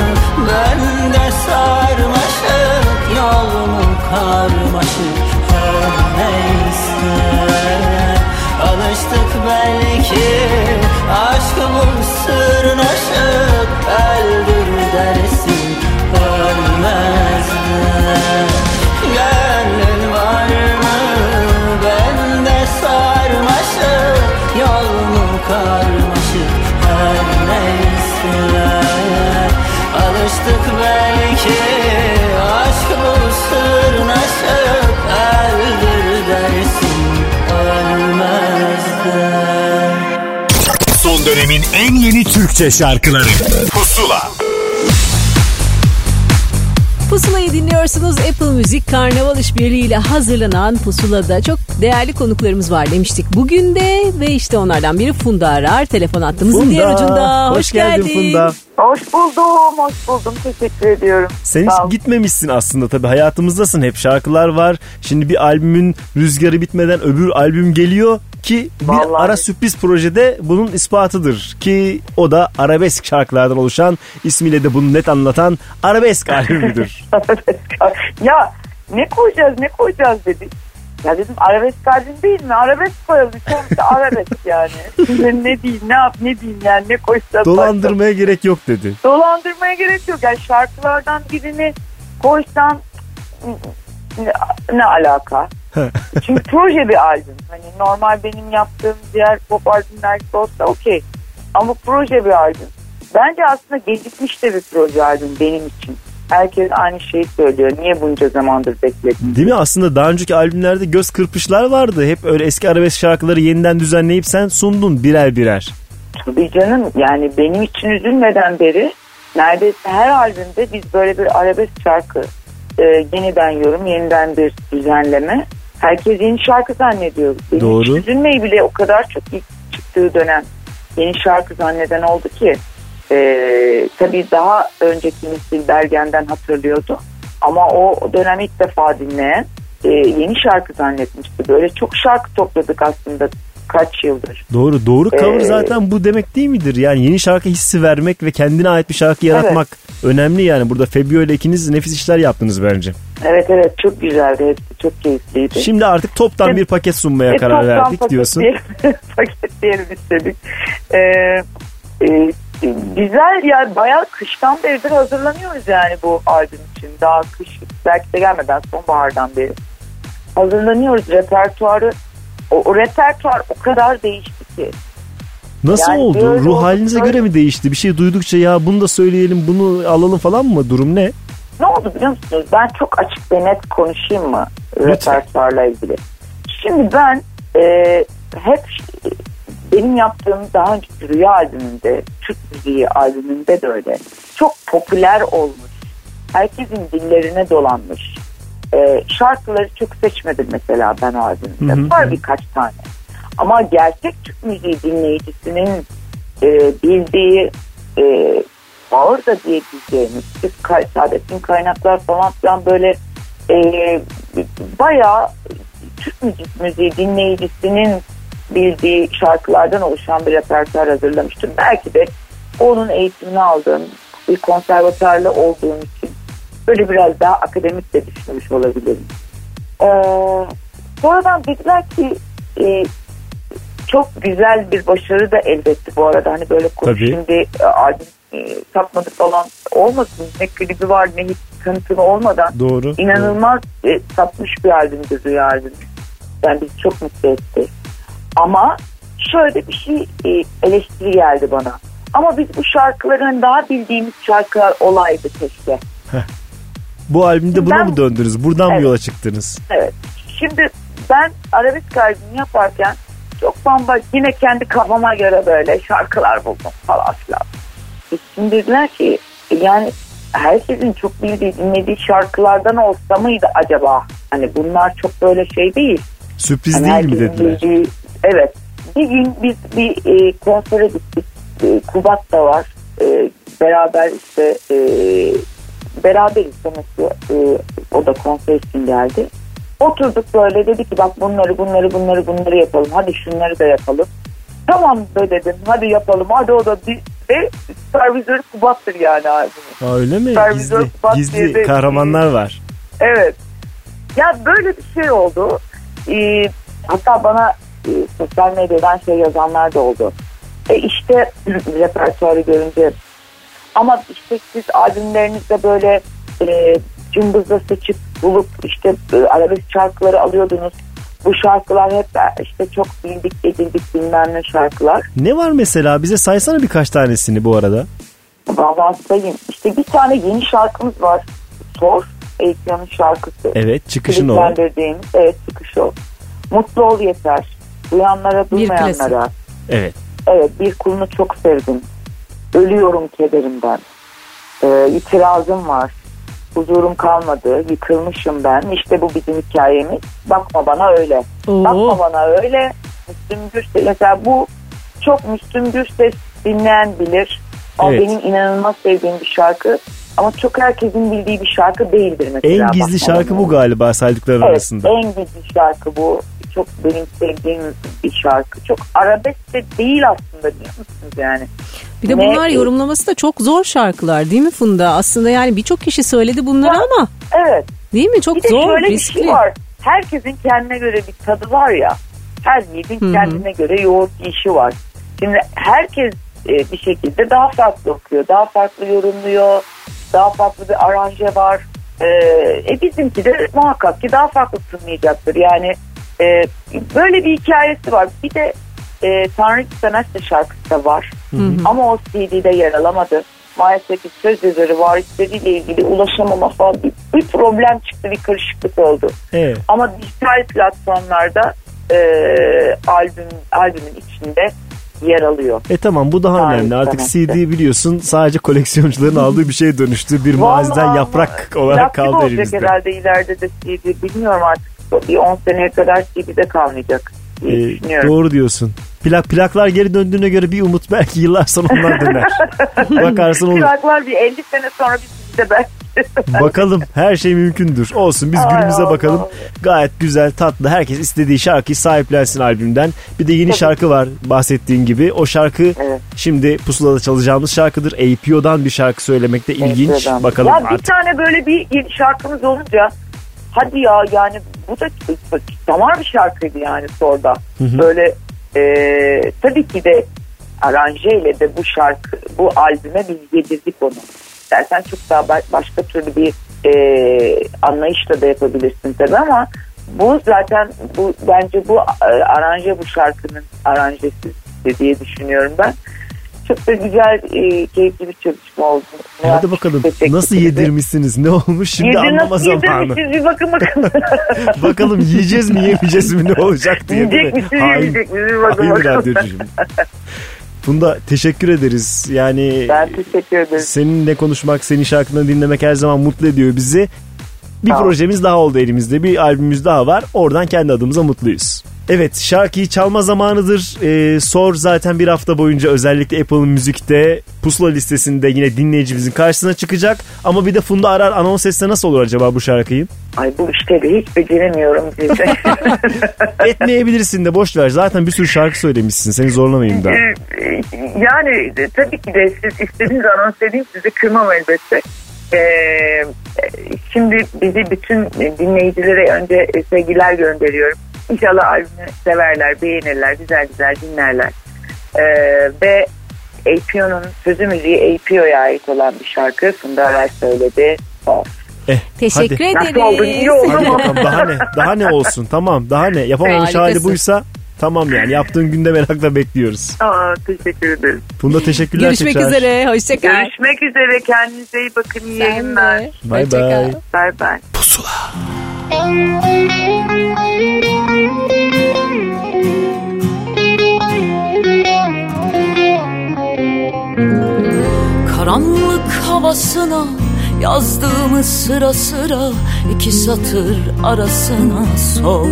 Karmaşık her dönemin en yeni Türkçe şarkıları Pusula. Pusula'yı dinliyorsunuz. Apple Müzik Karnaval İşbirliği ile hazırlanan Pusula'da çok değerli konuklarımız var demiştik bugün de ve işte onlardan biri Funda Arar. Telefon attığımızın Funda, diğer ucunda. hoş geldin Funda. Hoş buldum. Teşekkür ediyorum. Sen hiç gitmemişsin aslında tabii. Hayatımızdasın. Hep şarkılar var. Şimdi bir albümün rüzgarı bitmeden öbür albüm geliyor ki bir vallahi ara sürpriz projede bunun ispatıdır. Ki o da arabesk şarkılardan oluşan, ismiyle de bunu net anlatan arabesk albümüdür. Ya ne koyacağız dedik. Ya dedim arabesk albüm değil mi? Arabesk koyalım. Sonuçta arabesk yani. Şimdi ne diyeyim yani ne koyacağız? Dolandırmaya gerek yok dedi. Dolandırmaya gerek yok. Yani şarkılardan birini koysan ne alaka? Çünkü proje bir albüm. Hani normal benim yaptığım diğer pop albümler olsa okey. Ama proje bir albüm. Bence aslında gecikmiş de bir proje albüm benim için. Herkes aynı şeyi söylüyor. Niye bunca zamandır bekledin? Değil mi? Aslında daha önceki albümlerde göz kırpışlar vardı. Hep öyle eski arabesk şarkıları yeniden düzenleyip sen sundun birer birer. Tabii canım. Yani benim için üzülmeden beri neredeyse her albümde biz böyle bir arabesk şarkı yeniden yorum, yeniden bir düzenleme. Herkes yeni şarkı zannediyor. Benim doğru. Hiç üzülmeyi bile o kadar çok ilk çıktığı dönem yeni şarkı zanneden oldu ki tabii daha önceki nesil Bergen'den hatırlıyordu. Ama o dönem ilk defa dinleyen yeni şarkı zannetmişti. Böyle çok şarkı topladık aslında kaç yıldır. Doğru cover zaten bu demek değil midir? Yani yeni şarkı hissi vermek ve kendine ait bir şarkı yaratmak önemli yani. Burada Febio ile ikiniz nefis işler yaptınız bence. Evet çok güzeldi. Hepsi çok keyifliydi. Şimdi artık toptan bir paket sunmaya karar verdik diyorsun. Paket diyelim istedik. Güzel ya, bayağı kıştan beridir hazırlanıyoruz yani bu albüm için. Daha kış belki de gelmeden sonbahardan beri hazırlanıyoruz. Repertuarı o repertuar o kadar değişti ki. Nasıl yani oldu? Ruh halinize göre mi değişti? Bir şey duydukça ya bunu da söyleyelim, bunu alalım falan mı? Durum ne? Ne oldu biliyor musunuz? Ben çok açık ve net konuşayım mı repertuarla ilgili? Şimdi ben hep benim yaptığım daha önceki Rüya albümünde, Türk müziği albümünde de öyle. Çok popüler olmuş. Herkesin dillerine dolanmış. Şarkıları çok seçmedim mesela ben o albümde. Var birkaç tane. Ama gerçek Türk müziği dinleyicisinin bildiği ağır da diyebileceğimiz Saadettin Kaynaklar falan filan böyle bayağı Türk müziği dinleyicisinin bildiği şarkılardan oluşan bir repertuar hazırlamıştım. Belki de onun eğitimini aldığım, bir konservatuarlı olduğum için böyle biraz daha akademik de düşünmüş olabilirim. Sonradan dediler ki çok güzel bir başarı da elde etti bu arada. Hani böyle şimdi albüm satmadı falan olmasın. Ne klibi var ne hiç tanıtımı olmadan. Doğru. İnanılmaz satmış bir albümdü Rüya albümü. Yani bizi çok mutlu etti. Ama şöyle bir şey eleştiri geldi bana. Ama biz bu şarkıların daha bildiğimiz şarkılar olaydı keşke. Bu albümde buna mı döndünüz? Buradan mı yola çıktınız? Evet. Şimdi ben arabesk albümü yaparken çok bambaşka yine kendi kafama göre böyle şarkılar buldum falan filan. Şimdi dediler ki yani herkesin çok bildiği, dinlediği şarkılardan olsa mıydı acaba? Hani bunlar çok böyle şey değil. Sürpriz hani değil mi dediler? Bildiği, evet. Bir gün biz bir konsere gittik. Kubat da var. Beraber işte beraberiz demek o da konser için geldi. Oturduk böyle, dedi ki bak bunları yapalım. Hadi şunları da yapalım. Tamam be dedim. Hadi yapalım. Hadi o da bir ve Supervisor Kubat'tır yani albümü. Öyle mi? Gizli kahramanlar var. Evet. Ya böyle bir şey oldu. Hatta bana sosyal medyadan şey yazanlar da oldu. İşte repertuarı görünce ama işte siz albümlerinizde böyle cımbızla seçip bulup işte arabesk şarkıları alıyordunuz. Bu şarkılar hep işte çok bildik edildik bilmem ne şarkılar. Ne var mesela? Bize saysana birkaç tanesini bu arada. Vallahi sayayım. İşte bir tane yeni şarkımız var. Sor. Eyüp'ün şarkısı. Evet, çıkışın o. Evet, çıkış o. Mutlu ol yeter. Duyanlara, duymayanlara. Evet. Evet, bir kulunu çok sevdim. Ölüyorum kederimden. İtirazım var. Huzurum kalmadı. Yıkılmışım ben. İşte bu bizim hikayemiz. Bakma bana öyle. Oo. Bakma bana öyle. Müslüm Gürses. Mesela bu çok Müslüm Gürses dinleyen bilir. O Evet. benim inanılmaz sevdiğim bir şarkı. Ama çok herkesin bildiği bir şarkı değildir mesela. En gizli Bakma şarkı bana bu öyle. galiba saydıkların Evet, arasında. en gizli şarkı bu. Çok benim sevdiğim bir şarkı. Çok arabesk de değil aslında, biliyor musunuz yani. Bir de bunlar yorumlaması da çok zor şarkılar değil mi Funda? Aslında yani birçok kişi söyledi bunları ama Evet. değil mi? Çok Bir de zor, şöyle riskli. bir şey var. Herkesin kendine göre bir tadı var ya. Her yiğidin kendine göre yoğurt yiyişi var. Şimdi herkes bir şekilde daha farklı okuyor. Daha farklı yorumluyor. Daha farklı bir aranje var. Bizimki de muhakkak ki daha farklı tınlayacaktır. Yani böyle bir hikayesi var. Bir de Tanrı İstemezse şarkısı da var. Ama o CD'de yer alamadı. Maalesef ki söz yazarı varisleriyle ilgili ulaşamama falan bir problem çıktı, bir karışıklık oldu. Evet. Ama dijital platformlarda albümün içinde yer alıyor. Tamam, bu daha Tanrı önemli. Artık İstemezse. CD biliyorsun sadece koleksiyoncuların aldığı bir şeye dönüştü. Bir maziden yaprak olarak kaldı olacak elimizde. herhalde ileride de CD, bilmiyorum artık. Bir 10 seneye kadar CD'de kalmayacak diye düşünüyorum. Doğru diyorsun. Plaklar geri döndüğüne göre bir umut, belki yıllar sonra onlar döner. Bakarsın olur. Plaklar bir 50 sene sonra bir de belki. Bakalım, her şey mümkündür. Olsun, biz günümüze bakalım. Gayet güzel, tatlı. Herkes istediği şarkıyı sahiplensin albümden. Bir de yeni şarkı var bahsettiğin gibi. O şarkı şimdi Pusula'da çalacağımız şarkıdır. APO'dan bir şarkı söylemek de ilginç. Bakalım ya artık. Bir tane böyle bir yeni şarkımız olunca hadi ya, yani bu da damar bir şarkıydı yani Sorda. Böyle tabii ki de aranjeyle de bu şarkı, bu albüme biz yedirdik onu. Dersen çok daha başka türlü bir anlayışla da yapabilirsin tabii, ama bu zaten bence bu aranje, bu şarkının aranjesi diye düşünüyorum ben. Çok da güzel, keyifli bir çalışma oldu. Hadi bakalım, nasıl yedirmişsiniz, ne olmuş şimdi anlama zamanı. Bir bakın. Bakalım yiyeceğiz mi yemeyeceğiz mi, ne olacak diye. Yiyecek misin yemeyecek misin bir bakın. Hayır radyocuğum. Funda, teşekkür ederiz. Yani ben teşekkür ederim. Seninle konuşmak, senin şarkını dinlemek her zaman mutlu ediyor bizi. Bir projemiz daha oldu elimizde. Bir albümümüz daha var. Oradan kendi adımıza mutluyuz. Evet, şarkıyı çalma zamanıdır. Sor zaten bir hafta boyunca özellikle Apple Müzik'te Pusula listesinde yine dinleyicimizin karşısına çıkacak. Ama bir de Funda arar anons etse nasıl olur acaba bu şarkıyı? Ay bu işte de hiç beceremiyorum. Etmeyebilirsin de, boş ver. Zaten bir sürü şarkı söylemişsin. Seni zorlamayayım da. Yani tabii ki de siz istediğiniz anons edeyim, sizi kırmam elbette. Şimdi bizi bütün dinleyicilere önce sevgiler gönderiyorum. İnşallah albümü severler, beğenirler, güzel güzel dinlerler. Ve APO'nun sözü müziği APO'ya ait olan bir şarkı. Funda Arar söyledi. Teşekkür ederiz. Nasıl oldu? İyi oldu Hadi mu? bakalım, daha ne olsun, tamam, daha ne, yapamamış hali buysa tamam, yani yaptığın günde merakla bekliyoruz. Teşekkür ederim. Funda, teşekkürler. Görüşmek üzere, hoşçakal. Görüşmek üzere, kendinize iyi bakın, iyi yayınlar. Bye bye. Bye bye. Pusula. Karanlık havasına yazdığımız sıra sıra 2 satır arasına sor.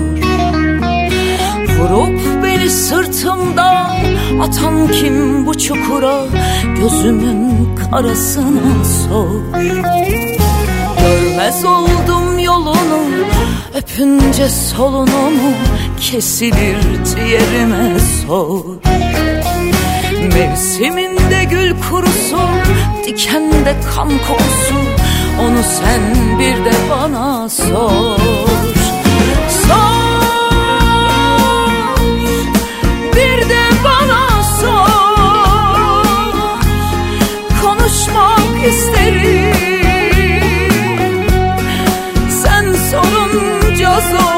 Vurup beni sırtımdan atan kim bu çukura, gözümün karasına sor. Görmez oldum yolunu, öpünce solunumu kesilir ciğerime sor. Mevsiminde gül kurusu, dikende kan kokusu, onu sen bir de bana sor. Sor, bir de bana sor. Konuşmak isterim, sen sorunca zor.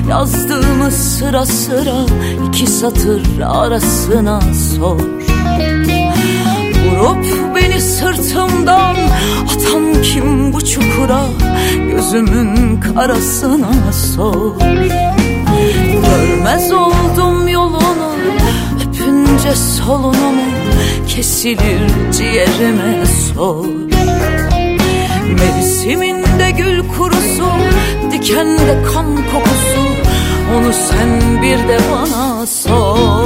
Yazdığımız sıra sıra 2 satır arasına sor. Vurup beni sırtımdan atan kim bu çukura, gözümün karasına sor. Görmez oldum yolunu, öpünce solunumu, kesilir ciğerime sor. Mevsiminde gül kurusu, dikende kan kokusu, onu sen bir de bana sor.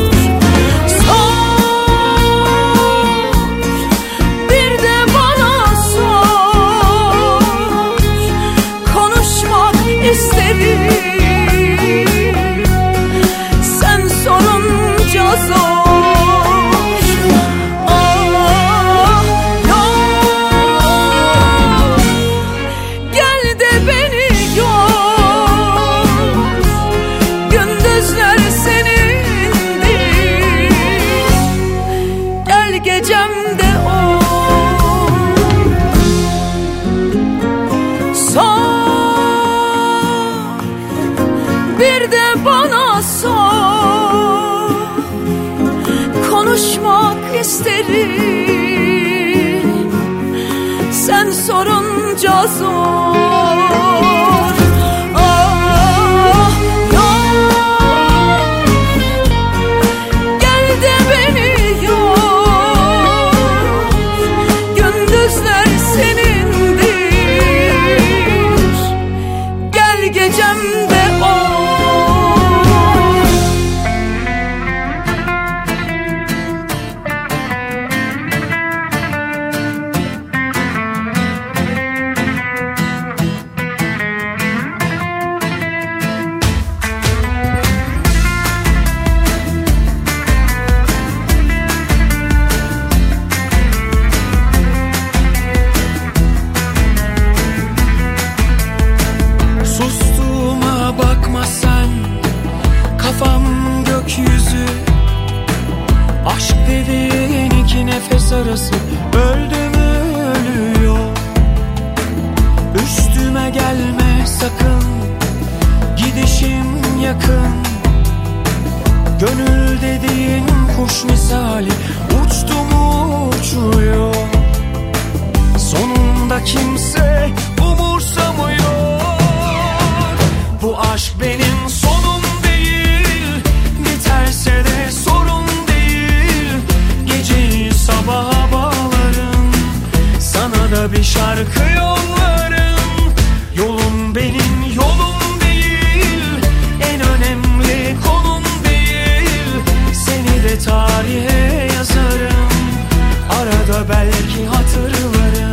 Sen sorunca zor. Ah, yok. Gel de beni gör. Gündüzler senindir. Gel gecemde ol. Bir de bana sor. Konuşmak isterim. Sen sorunca zor. Ah, yok. Gel de beni yor. Gündüzler senindir. Gel gecemde ol. Sustuğuma bakma sen, kafam gökyüzü. Aşk dediğin 2 nefes arası, öldü mü ölüyor. Üstüme gelme sakın, gidişim yakın. Gönül dediğin kuş misali, uçtu mu uçuyor. Sonunda kimse umursamıyor. Bu aşk benim sonum değil, biterse de sorun değil. Geceyi sabaha bağlarım, sana da bir şarkı yollarım. Yolum benim yolum değil, en önemli konum değil. Seni de tarihe yazarım, arada belki hatırlarım.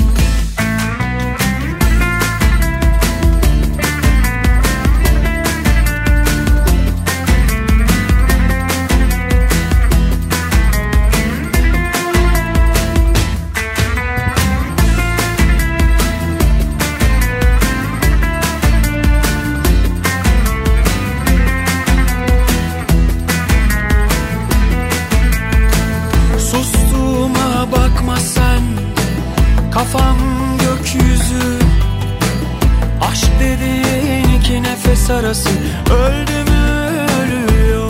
Sustuğuma bakma sen, kafam gökyüzü. Aşk dediğin 2 nefes arası, öldü mü ölüyor.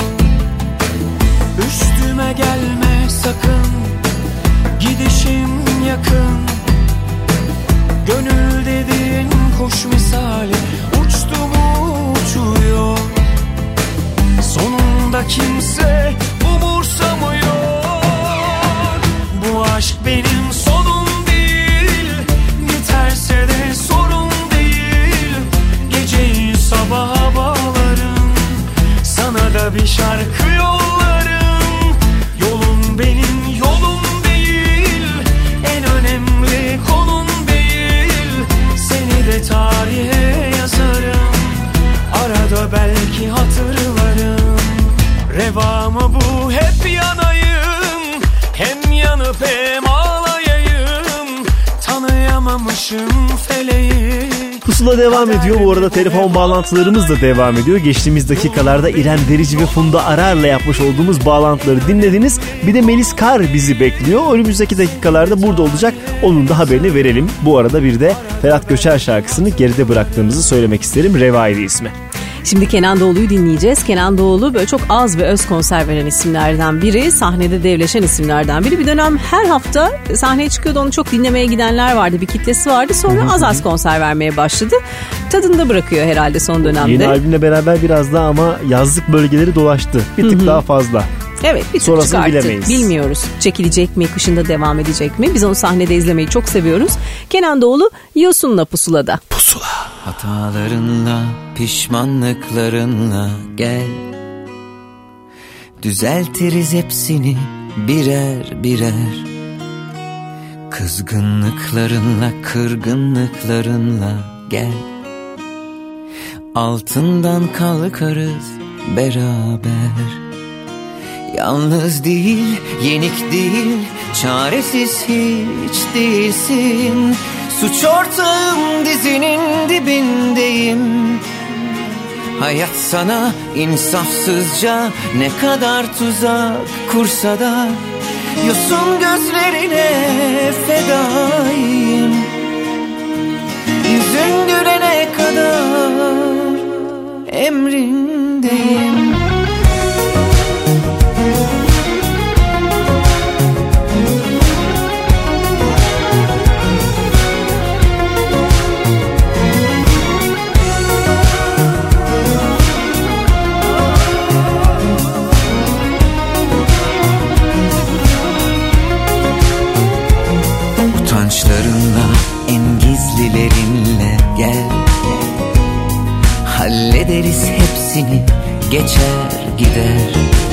Üstüme gelme sakın, gidişim yakın. Gönül dediğin kuş misali, uçtu mu uçuyor. Sonunda kimse umursamıyor. Bu aşk benim sonum değil, biterse de sorun değil. Geceyi sabaha bağlarım, sana da bir şarkı yollarım. Yolum benim yolum değil, en önemli konum değil. Seni de tarihe yazarım, arada belki hatırlarım. Reva mı bu hep yanayım, hem yanıp hem ağlayayım. Tanıyamamışım feleği. Pusula devam ediyor. Bu arada telefon bağlantılarımız da devam ediyor. Geçtiğimiz dakikalarda İrem Derici ve Funda Arar'la yapmış olduğumuz bağlantıları dinlediniz. Bir de Melis Kar bizi bekliyor. Önümüzdeki dakikalarda burada olacak. Onun da haberini verelim. Bu arada bir de Ferhat Göçer şarkısını geride bıraktığımızı söylemek isterim. Revive ismi. Şimdi Kenan Doğulu'yu dinleyeceğiz. Kenan Doğulu böyle çok az ve öz konser veren isimlerden biri. Sahnede devleşen isimlerden biri. Bir dönem her hafta sahneye çıkıyordu. Onu çok dinlemeye gidenler vardı. Bir kitlesi vardı. Sonra az konser vermeye başladı. Tadında bırakıyor herhalde son dönemde. Yeni albümle beraber biraz daha ama yazlık bölgeleri dolaştı. Bir tık daha fazla. Evet, bir tık çıkarttı. Bilmiyoruz. Çekilecek mi, kışında devam edecek mi? Biz onu sahnede izlemeyi çok seviyoruz. Kenan Doğulu Yosun'la Pusula'da. Pusula. Hatalarınla, pişmanlıklarınla gel. Düzeltiriz hepsini birer birer. Kızgınlıklarınla, kırgınlıklarınla gel. Altından kalkarız beraber. Yalnız değil, yenik değil, çaresiz hiç değilsin. Suç ortağım, dizinin dibindeyim. Hayat sana insafsızca ne kadar tuzak kursa da yosun gözlerine fedayım. Yüzün gülene kadar emrindeyim. Utançlarınla, en gizlilerinle gel. Hallederiz hepsini, geçer gider.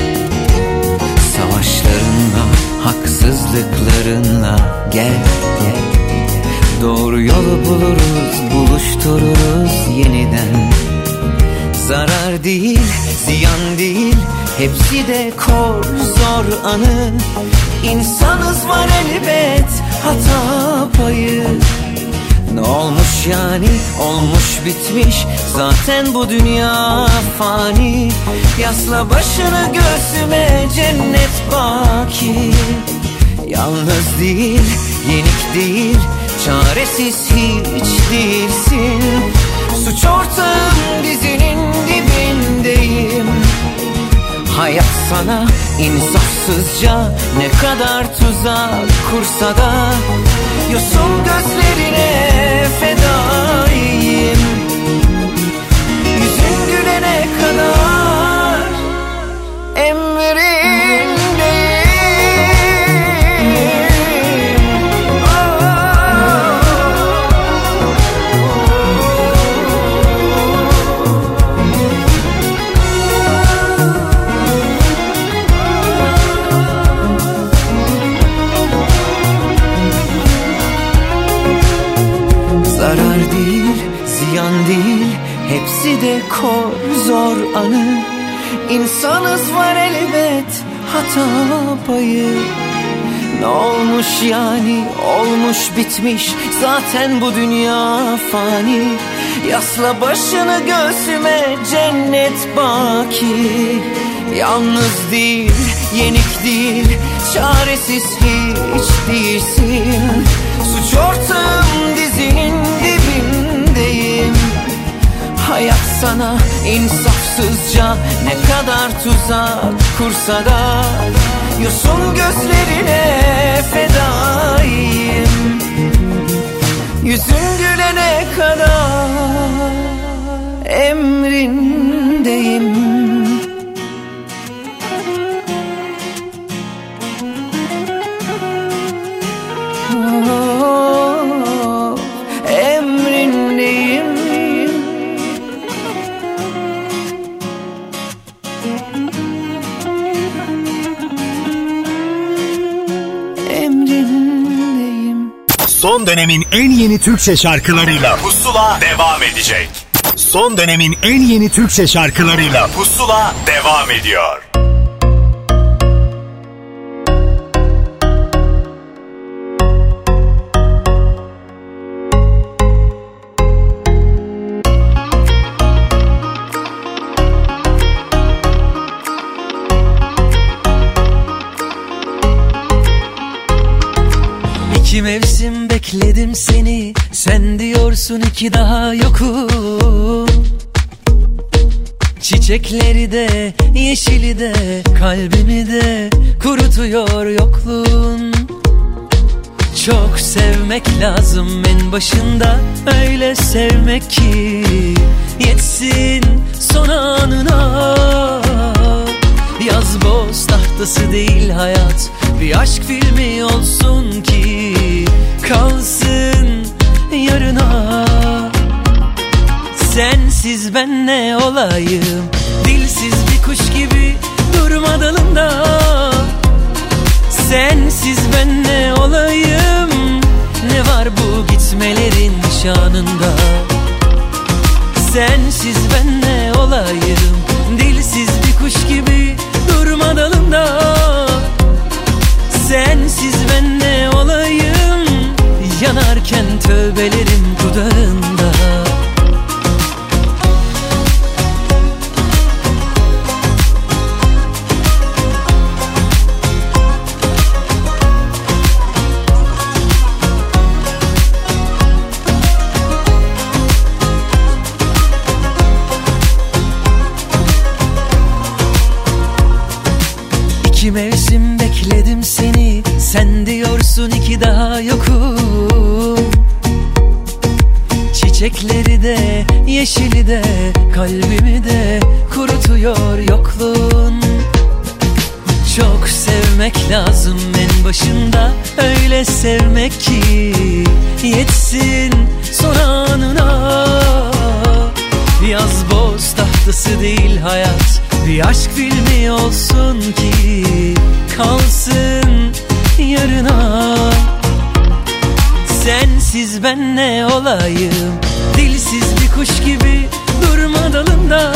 Savaşlarınla, haksızlıklarınla gel. Doğru yolu buluruz, buluştururuz yeniden. Zarar değil, ziyan değil, hepsi de kor zor anı. İnsanız var elbet, hata payı. Ne olmuş yani, olmuş bitmiş, zaten bu dünya fani. Yasla başını göğsüme, cennet baki. Yalnız değil, yenik değil, çaresiz hiç değilsin. Suç ortağım, dizinin dibindeyim. Hayat sana insafsızca ne kadar tuzak kursa da yosun gözlerine fedayım. Yüzün gülene kadar emrindeyim. Zarar değil, ziyan değil, hepsi de kor zor anı. İnsanız var elbet, hata payı. Ne olmuş yani, olmuş bitmiş, zaten bu dünya fani. Yasla başını göğsüme, cennet baki. Yalnız değil, yenik değil, çaresiz hiç değilsin. Suç ortağım, dizinin dibindeyim. Hayat sana insafsızca ne kadar tuzak kursa da yosun gözlerine fedayım. Yüzün gülene kadar emrindeyim. Emrindeyim. Emrindeyim. Son dönemin en yeni Türkçe şarkılarıyla Pusula devam edecek. Son dönemin en yeni Türkçe şarkılarıyla Pusula devam ediyor. İki mevsim bekledim seni, sen diyorsun ki daha yokum. Çiçekleri de yeşili de kalbimi de kurutuyor yokluğun. Çok sevmek lazım en başında, öyle sevmek ki yetsin son anına. Yaz boz tahtası değil hayat, bir aşk filmi olsun ki kalsın yarına. Sensiz ben ne olayım, dilsiz bir kuş gibi durma dalında. Sensiz ben ne olayım, ne var bu gitmelerin şanında. Sensiz ben ne olayım, dilsiz bir kuş gibi durma dalında. Sensiz ben ne olayım, yanarken tövbelerim dudağında. İki mevsim bekledim seni, sen diyorsun iki daha yokum. Çiçekleri de yeşili de kalbimi de kurutuyor yokluğun. Çok sevmek lazım en başında, öyle sevmek ki yetsin son anına. Yaz boz tahtası değil hayat, bir aşk filmi olsun ki kalsın yarına. Sensiz ben ne olayım, dilsiz bir kuş gibi durma dalında.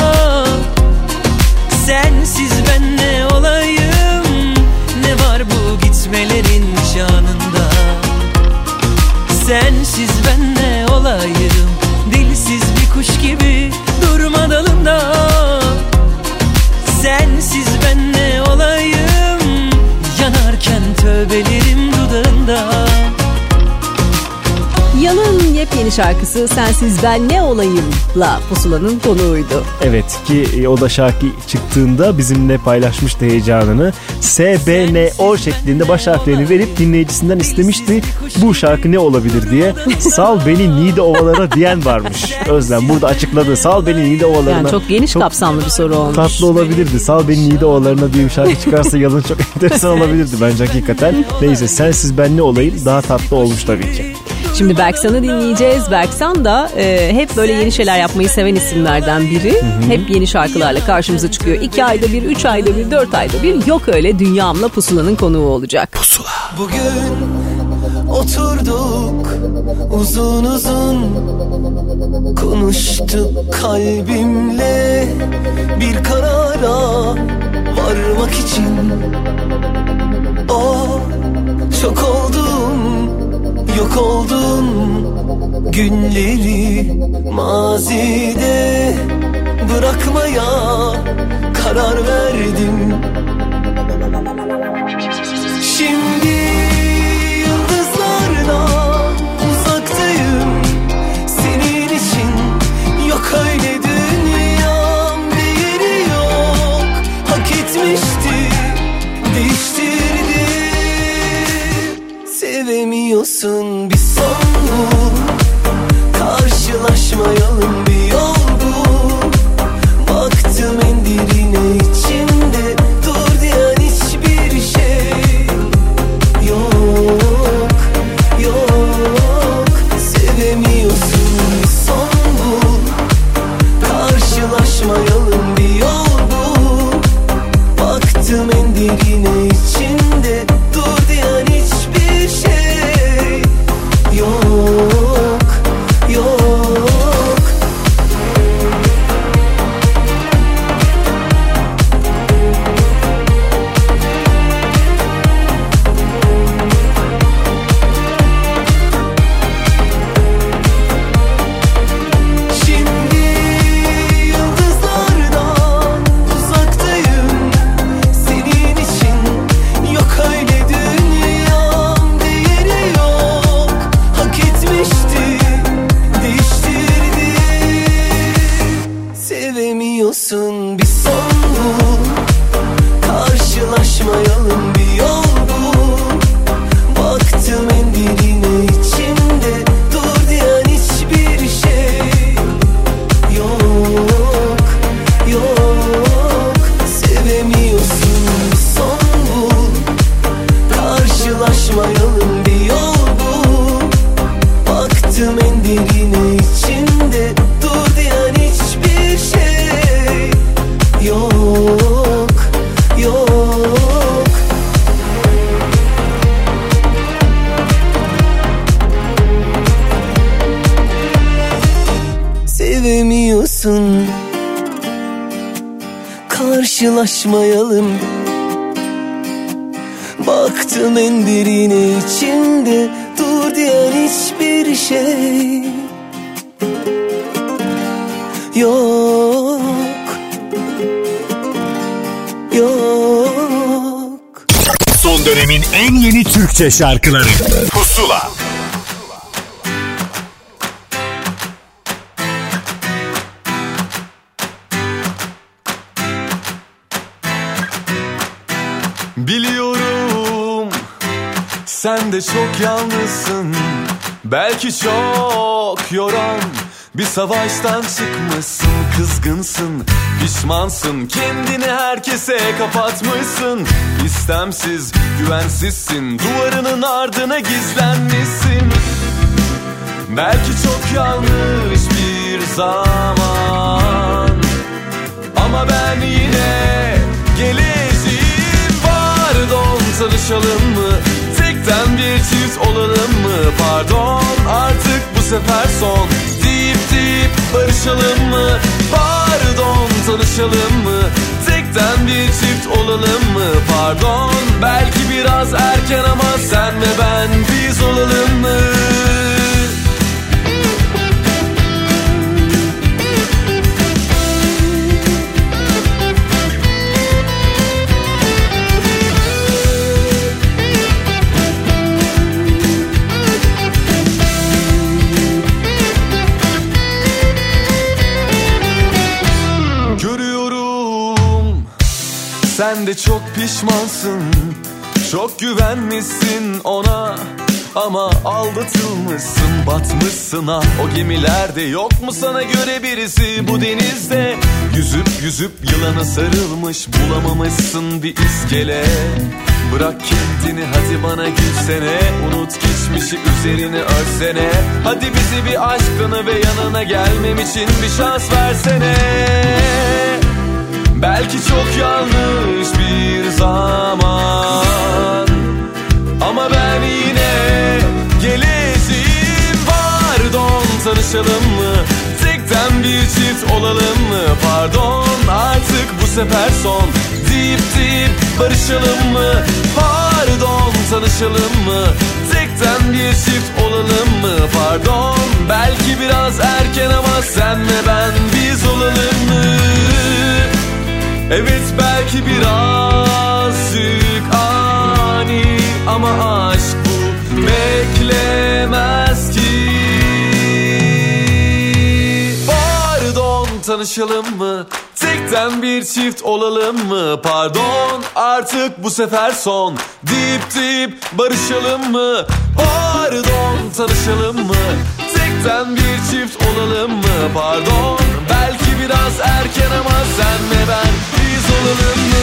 Sensiz ben ne olayım, ne var bu gitmelerin şanında. Sensiz ben ne olayım, dilsiz bir kuş gibi durma dalında. Sensiz ben ne olayım, yanarken tövbelerim dudağında. Yalın yepyeni şarkısı Sensiz Ben Ne Olayım'la Pusula'nın konuğuydu. Evet ki o da şarkı çıktığında bizimle paylaşmıştı heyecanını. SBNO şeklinde baş harflerini verip dinleyicisinden istemişti bu şarkı ne olabilir diye. Sal beni Niğde Ovalarına diyen varmış. Özlem burada açıkladı. Sal beni Niğde Ovalarına. Yani çok geniş kapsamlı bir soru olmuş. Tatlı olabilirdi. Sal beni Niğde Ovalarına diye bir şarkı çıkarsa Yalın çok enteresan olabilirdi bence hakikaten. Neyse Sensiz Ben Ne Olayım daha tatlı olmuş tabii ki. Şimdi Berksan'ı dinleyeceğiz. Berksan da hep böyle yeni şeyler yapmayı seven isimlerden biri. Hı-hı. Hep yeni şarkılarla karşımıza çıkıyor. 2 ayda bir, 3 ayda bir, 4 ayda bir. Yok öyle Dünyam'la Pusula'nın konuğu olacak. Pusula. Bugün oturduk uzun uzun konuştuk kalbimle bir karara varmak için. Çok oldum, yok oldum, günleri mazide bırakmaya karar verdim. Şimdi yıldızlardan uzaktayım, senin için yok öyle dünyam, bir yeri yok, hak etmişti, değiştirdi. Sevemiyorsun bir son bu, karşılaşmayalım bir yol bu. Baktım en derine içimde dur diyen hiçbir şey yok, yok. Sevemiyorsun bir son bu, karşılaşmayalım bir yol bu. Baktım en derine içimde dur diyen hiçbir şey yok. karşılaşmayalım. Baktım en derine içimde, dur diyen hiçbir şey yok, yok. Son dönemin en yeni Türkçe şarkıları Pusula. Biliyorum sen de çok yalnızsın, belki çok yoran bir savaştan çıkmışsın. Kızgınsın, pişmansın, kendini herkese kapatmışsın. İstemsiz, güvensizsin, duvarının ardına gizlenmişsin. Belki çok yanlış bir zaman, ama ben yine geleceğim. Pardon, tanışalım mı? Tekten bir çift olalım mı? Pardon, artık bu sefer son deyip barışalım mı? Pardon, tanışalım mı? Tekten bir çift olalım mı? Pardon, belki biraz erken ama sen ve ben biz olalım mı? Sen de çok pişmansın, çok güvenmişsin ona, ama aldatılmışsın, batmışsın ha. O gemilerde yok mu sana göre birisi bu denizde? Yüzüp yılana sarılmış, bulamamışsın bir iskele. Bırak kendini, hadi bana gülsene, unut geçmişi, üzerini örsene. Hadi bizi bir aşkına ve yanına gelmem için bir şans versene. Belki çok yanlış bir zaman, ama ben yine geleceğim. Pardon, tanışalım mı? Tekten bir çift olalım mı? Pardon, artık bu sefer son deyip barışalım mı? Pardon, tanışalım mı? Tekten bir çift olalım mı? Pardon, belki biraz erken ama sen ve ben biz olalım mı? Evet, belki birazcık ani, ama aşk bu beklemez ki. Pardon, tanışalım mı? Tekten bir çift olalım mı? Pardon, artık bu sefer son deyip barışalım mı? Pardon, tanışalım mı? Tekten bir çift olalım mı? Pardon, belki biraz erken ama sen ve ben biz olalım mı?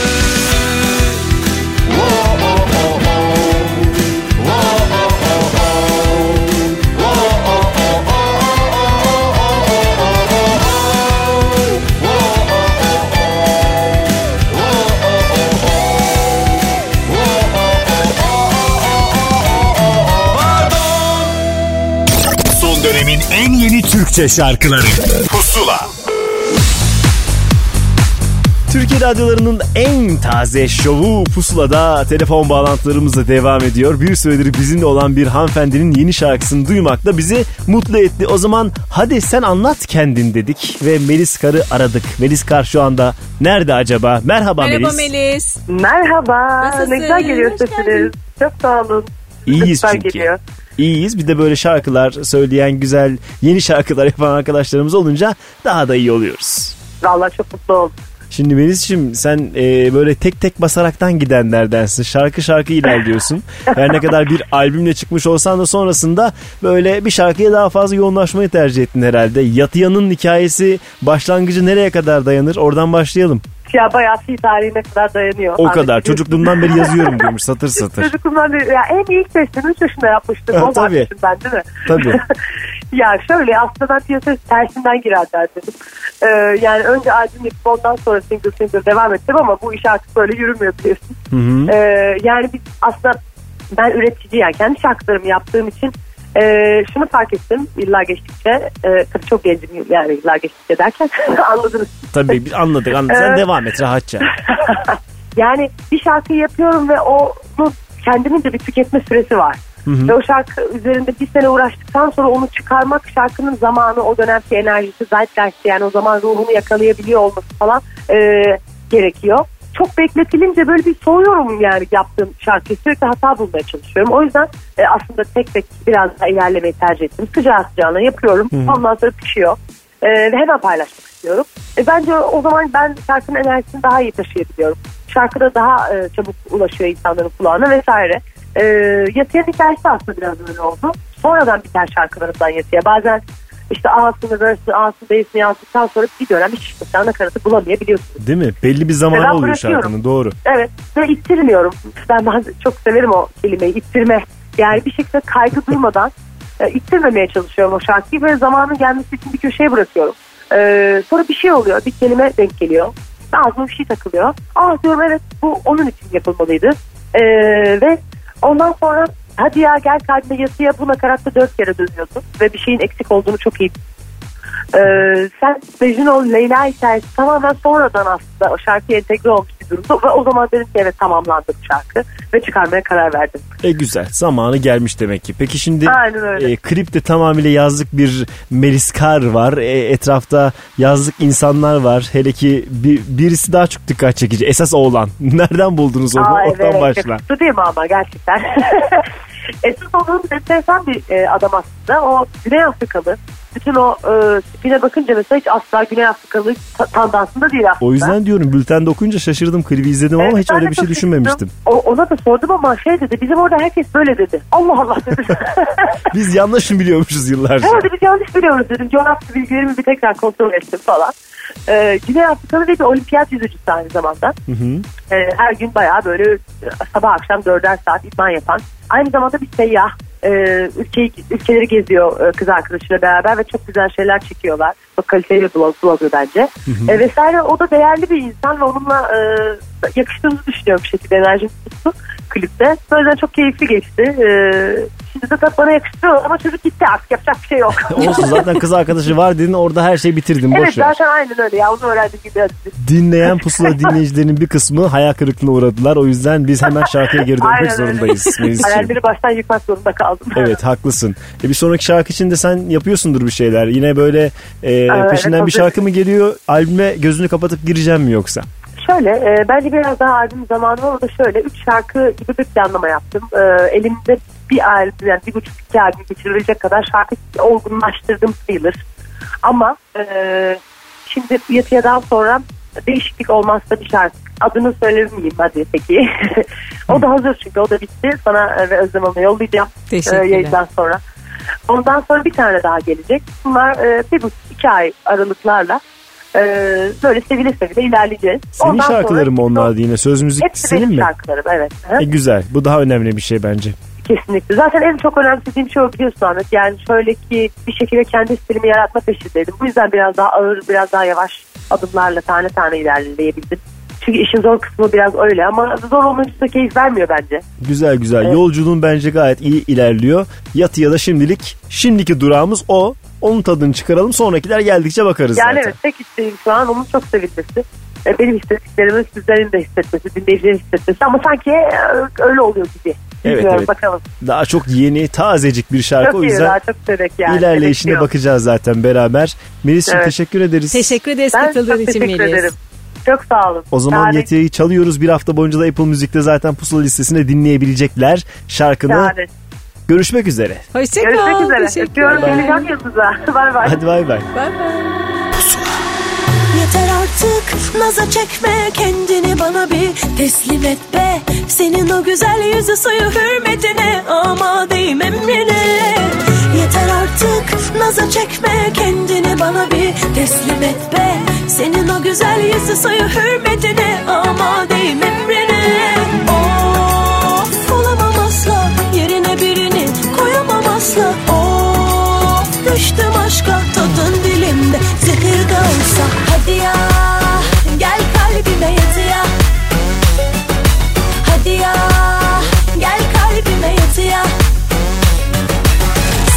Son dönemin en yeni Türkçe şarkıları Pusula. Türkiye radyolarının en taze şovu Pusula'da telefon bağlantılarımızla devam ediyor. Bir süredir bizimle olan bir hanımefendinin yeni şarkısını duymak da bizi mutlu etti. O zaman hadi sen anlat kendin dedik ve Melis Kar'ı aradık. Melis Kar şu anda nerede acaba? Merhaba Melis. Merhaba Melis. Merhaba. Nasılsın? Ne güzel geliyor sesiniz. Çok sağ olun. İyiyiz Süper çünkü. geliyor. İyiyiz. Bir de böyle şarkılar söyleyen güzel yeni şarkılar yapan arkadaşlarımız olunca daha da iyi oluyoruz. Vallahi çok mutlu oldum. Şimdi Melis'ciğim sen böyle tek tek basaraktan gidenlerdensin. Şarkı ilerliyorsun. Her ne kadar bir albümle çıkmış olsan da sonrasında böyle bir şarkıya daha fazla yoğunlaşmayı tercih ettin herhalde. Yatıyan'ın hikayesi başlangıcı nereye kadar dayanır? Oradan başlayalım. Ya bayağı fi tarihine kadar dayanıyor. O kadar. Çocukluğumdan beri yazıyorum diyormuş satır satır. Çocukluğumdan beri. Ya en ilk sesini 3 yaşında yapmıştım. O tabii. ben değil mi? Tabii. Ya şöyle aslında ben piyasaya tersinden girerler dedim. Yani önce albüm yapıp ondan sonra single devam ettim ama bu iş artık böyle yürümüyor biliyorsun. Yani biz aslında ben üretici, yani kendi şarkılarımı yaptığım için Şunu fark ettim yıllar geçtikçe, tabii çok gencim yani yıllar geçtikçe derken anladınız. Tabii anladık. Sen devam et rahatça. Yani bir şarkıyı yapıyorum ve onun kendimin de bir tüketme süresi var. Hı-hı. Ve o şarkı üzerinde bir sene uğraştıktan sonra onu çıkarmak, şarkının zamanı, o dönemki enerjisi, zeitgeist, yani o zaman ruhunu yakalayabiliyor olması falan gerekiyor. Çok bekletilince böyle bir soğuyorum yani yaptığım şarkıyı, sürekli hata bulmaya çalışıyorum. O yüzden aslında tek tek biraz daha ilerlemeyi tercih ettim. Sıcağı sıcağına yapıyorum. Hı-hı. Ondan sonra pişiyor. Ve hemen paylaşmak istiyorum. Bence o zaman ben şarkının enerjisini daha iyi taşıyabiliyorum. Şarkıda daha çabuk ulaşıyor insanların kulağına vesaire. Yatıyan hikayesi aslında biraz öyle oldu. Sonradan biten şarkılarımdan yatıya. Bazen işte A'sını, verse'ini, A'sını, B'sini yazdıktan sonra bir dönem hiç mesela nakaratı bulamayabiliyorsunuz. Değil mi? Belli bir zaman oluyor şarkının, doğru. Evet ve ittirmiyorum. Ben çok severim o kelimeyi, ittirme. Yani bir şekilde kaygı duymadan ittirmemeye çalışıyorum o şarkıyı. Böyle zamanın gelmesi için bir köşeye bırakıyorum. Sonra bir şey oluyor, bir kelime denk geliyor. Ağzıma bir şey takılıyor. Diyorum evet, bu onun için yapılmalıydı. Ve ondan sonra hadi ya gel kalbime yatıya, bu nakaratta 4 kere dönüyorsun ve bir şeyin eksik olduğunu çok iyi. Sen Mecnun Leyla hikayesi tamamen sonradan aslında o şarkıya entegre olmuş bir durumda ve o zaman dedim ki evet, tamamlandı bu şarkı ve çıkarmaya karar verdim. Güzel, zamanı gelmiş demek ki. Peki şimdi klipte tamamıyla yazlık bir Melis Kar var. Etrafta yazlık insanlar var. Hele ki birisi daha çok dikkat çekici. Esas oğlan. Nereden buldunuz onu? Oradan başla. Yakıştı değil mi ama gerçekten? Esas oğlanın enteresan bir adam aslında. O Güney Afrikalı. Bütün o tipine bakınca mesela hiç asla Güney Afrikalı tandansında değil aslında. O yüzden diyorum, bültende okuyunca şaşırdım, klibi izledim ama hiç öyle bir şey düşünmemiştim. Ona da sordum ama dedi, bizim orada herkes böyle dedi. Allah Allah dedi. Biz yanlış mı biliyormuşuz yıllarca? Evet, biz yanlış biliyoruz dedim. Coğrafya bilgilerimi bir tekrar kontrol ettim falan. Güney Afrikalı bir olimpiyat yüzücüsü aynı zamanda. Hı hı. Her gün bayağı böyle sabah akşam 4'er saat idman yapan. Aynı zamanda bir seyyah. Ülkeleri geziyor kız arkadaşıyla beraber ve çok güzel şeyler çekiyorlar. Çok kaliteli bir blogger bence. Hı hı. Vesaire, o da değerli bir insan ve onunla yakıştığımızı düşünüyorum bir şekilde, enerjim tuttu klipte. O yüzden çok keyifli geçti. Şimdi de bana yakıştırıyor ama çocuk gitti, artık yapacak bir şey yok. Olsun, zaten kız arkadaşı var dedin, orada her şeyi bitirdin. Evet, zaten aynen öyle ya, onu öğrendim gibi. Dinleyen Pusula dinleyicilerinin bir kısmı hayal kırıklığına uğradılar. O yüzden biz hemen şarkıya geri dönmek zorundayız. Hayalleri baştan yıkmak zorunda kaldım. Evet, haklısın. Bir sonraki şarkı için de sen yapıyorsundur bir şeyler. Yine böyle peşinden evet, bir şarkı mı geliyor? Albüme gözünü kapatıp gireceğim mi yoksa? Şöyle, bence biraz daha albüm zamanı var. O da şöyle 3 şarkı gibi bir planlama yaptım. Elimde bir albüm, yani 1,5-2 albüm geçirilecek kadar şarkı olgunlaştırdım sayılır. Ama şimdi Yatıyadan sonra değişiklik olmazsa bir şarkı. Adını söylemeyeyim hadi peki. O da hazır çünkü, o da bitti. Sana ve Özlem Hanım'a yollayacağım yayından sonra. Ondan sonra bir tane daha gelecek. Bunlar 1,5-2 ay aralıklarla böyle sevile ilerleyeceğiz. Senin şarkıların mı onlar yine? Söz müzik senin mi? Şarkılarım, evet. Güzel. Bu daha önemli bir şey bence. Kesinlikle. Zaten en çok önemsediğim şey o, biliyorsun Ahmet. Yani şöyle ki bir şekilde kendi stilimi yaratma peşindeydim. Bu yüzden biraz daha ağır, biraz daha yavaş adımlarla tane tane ilerleyebildim. Çünkü işin zor kısmı biraz öyle ama zor olunca da keyif vermiyor bence. Güzel güzel. Evet. Yolculuğun bence gayet iyi ilerliyor. Yatıya da şimdiki durağımız o. Onun tadını çıkaralım. Sonrakiler geldikçe bakarız yani zaten. Yani evet, tek isteğim şu an onun çok sevilmesi. Benim hissettiklerimi sizlerin de hissetmesi, dinleyicilerin hissetmesi ama sanki öyle oluyor gibi. Evet. Bakalım. Daha çok yeni, tazecik bir şarkı. Çok o yüzden iyi, daha çok sevek yani. İlerleyişine bakacağız zaten beraber. Melis'ciğim evet. Teşekkür ederiz. Teşekkür ederiz katıldığın için Melis. Ben çok teşekkür ederim. Çok sağ olun. O zaman Yatı'yı çalıyoruz. Bir hafta boyunca da Apple Müzik'te zaten Pusula listesinde dinleyebilecekler şarkını. Yani. Görüşmek üzere. Hoşçakal. Görüşmek üzere. Öpüyorum. Geleceğim yanınıza. Bay bay. Hadi bay bay. Bay bay. Yeter artık naza çekme, kendini bana bir teslim et be. Senin o güzel yüzü suyu hürmetine, amadeyim emrine. Yeter artık naza çekme, kendini bana bir teslim et be. Senin o güzel yüzü suyu hürmetine, amadeyim emrine. Of, olamam asla, yerine birini koyamam asla. Of, düştüm aşka, tadın dilimde zehir de olsa. Hadi ya, gel kalbime yatıya. Hadi ya, gel kalbime yatıya.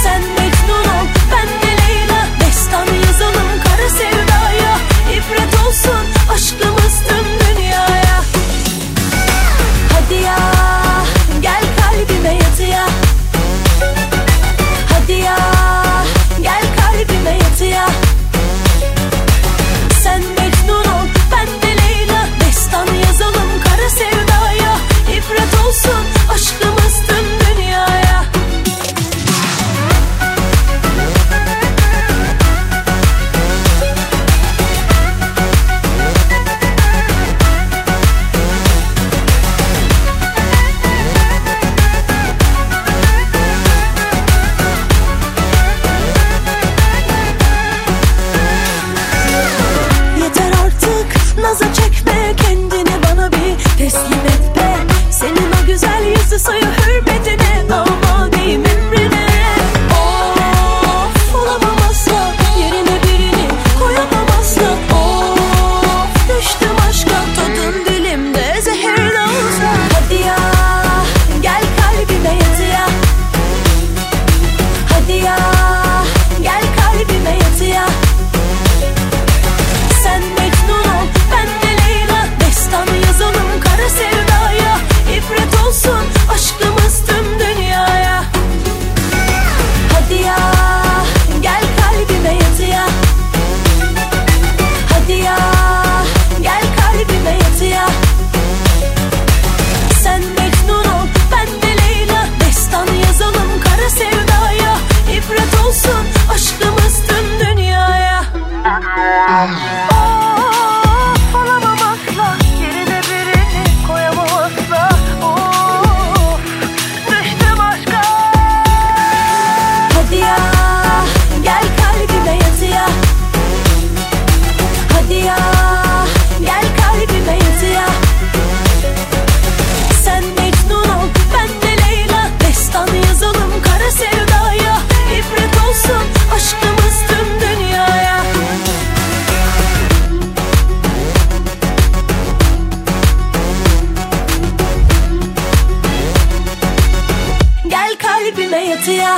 kalbime yatıya.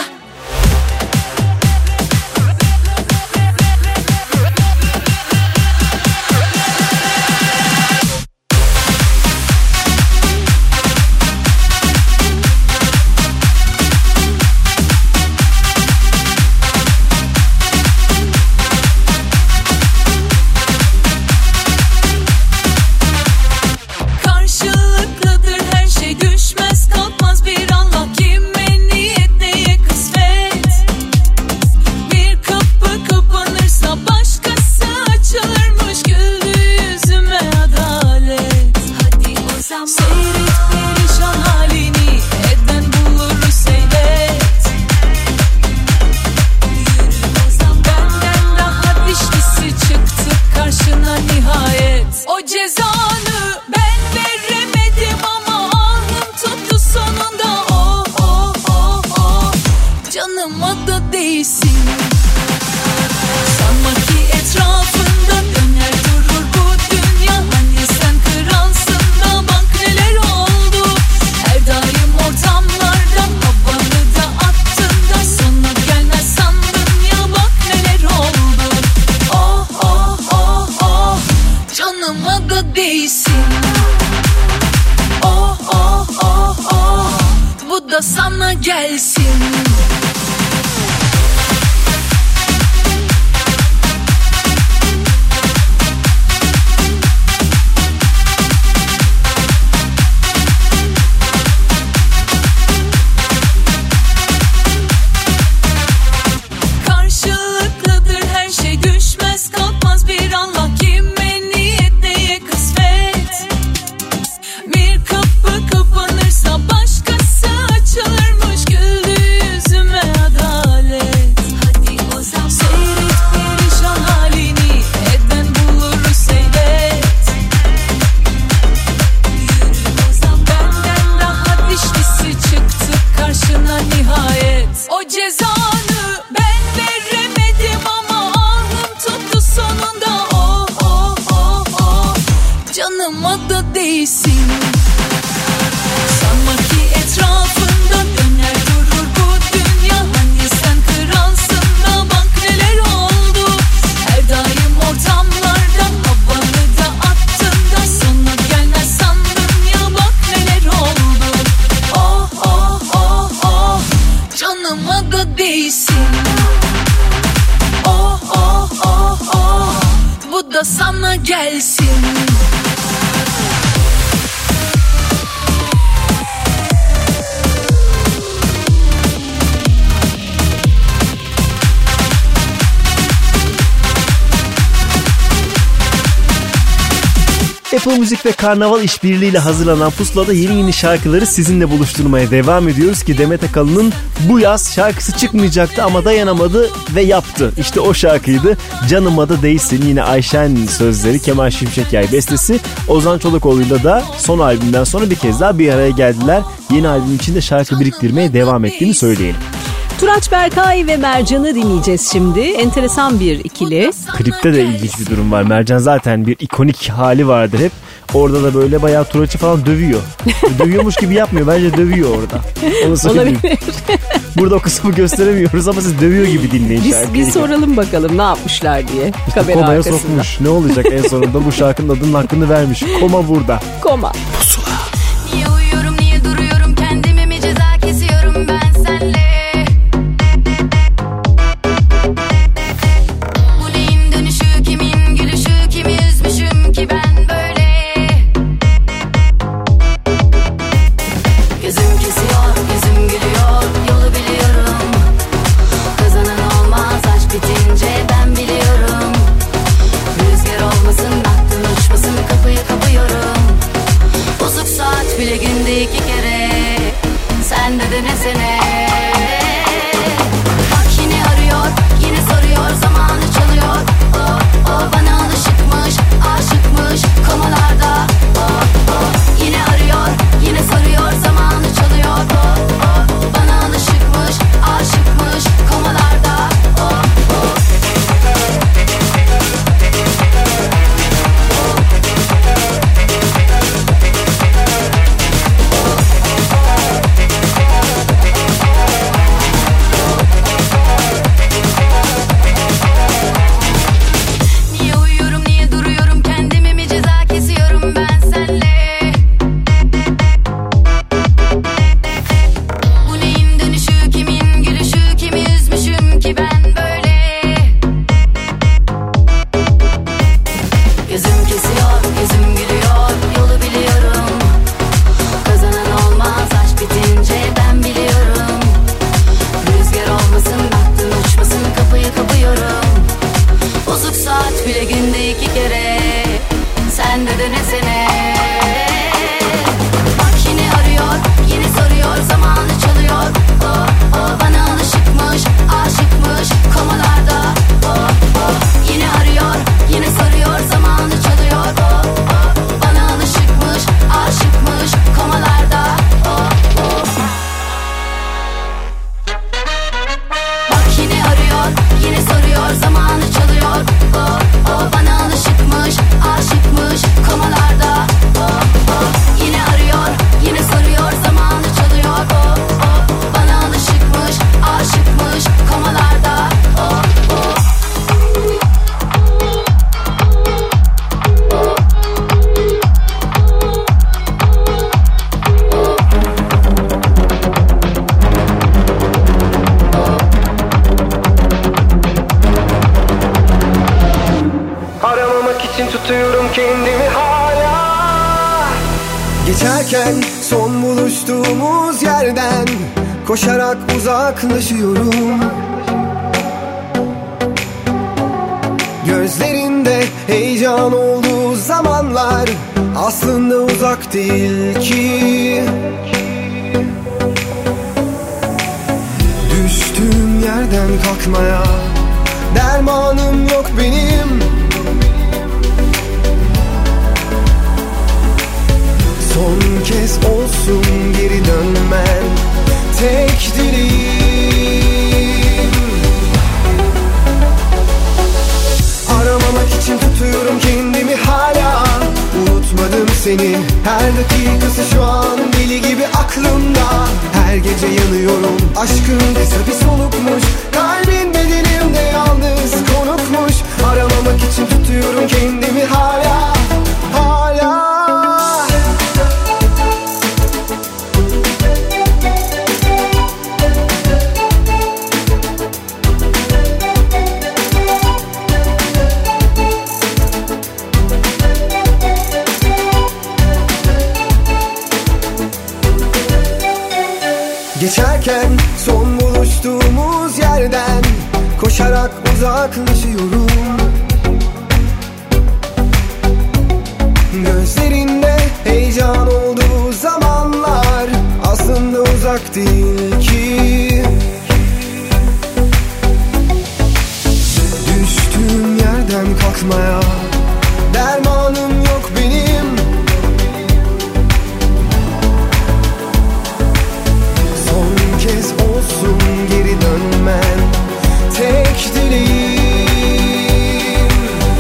Apple Müzik ve Karnaval işbirliğiyle hazırlanan Pusula'da yeni şarkıları sizinle buluşturmaya devam ediyoruz ki Demet Akalın'ın bu yaz şarkısı çıkmayacaktı ama dayanamadı ve yaptı. İşte o şarkıydı. Canıma da Değilsin, yine Ayşen sözleri, Kemal Şimşekyay bestesi. Ozan Çolakoğlu'yla da son albümden sonra bir kez daha bir araya geldiler. Yeni albüm için de şarkı biriktirmeye devam ettiğini söyleyelim. Turaç Berkay ve Mercan'ı dinleyeceğiz şimdi. Enteresan bir ikili. Klipte de ilginç bir durum var. Mercan zaten bir ikonik hali vardır hep. Orada da böyle bayağı Turaç'ı falan dövüyor. Dövüyormuş gibi yapmıyor. Bence dövüyor orada. Onu söyleyeyim. Burada o kısmı gösteremiyoruz ama siz dövüyor gibi dinleyin şarkıyı. Biz soralım bakalım ne yapmışlar diye. İşte komaya sokmuş. Ne olacak en sonunda bu şarkının adının hakkını vermiş. Koma burada. Koma. Pusula. Niye uyuyorum, niye duruyorum, kendime mi ceza kesiyorum ben senle? Ki ben böyle gözüm kesiyor, gözüm gülüyor, yolu biliyorum. Kazanan olmaz aşk bitince ben biliyorum. Rüzgar olmasın, aklın uçmasın, kapıyı kapıyorum. Bozuk saat bile günde Geçerken son buluştuğumuz yerden koşarak uzaklaşıyorum. Gözlerinde heyecan olduğu zamanlar aslında uzak değil ki. Düştüğüm yerden kalkmaya dermanım yok benim. Son kez olsun geri dönmen tek dileğim. Aramamak için tutuyorum kendimi hala. Unutmadım seni, her dakikası şu an deli gibi aklımda. Her gece yanıyorum, aşkın kısa bir solukmuş. Kalbin bedenimde yalnız konukmuş. Aramamak için tutuyorum kendimi hala. Hala. Geçerken son buluştuğumuz yerden koşarak uzaklaşıyorum. Gözlerinde heyecan olduğu zamanlar aslında uzak değil ki. Düştüğüm yerden kalkmaya dermanım yok benim. Son kez olsun geri dönmen tek dileğim.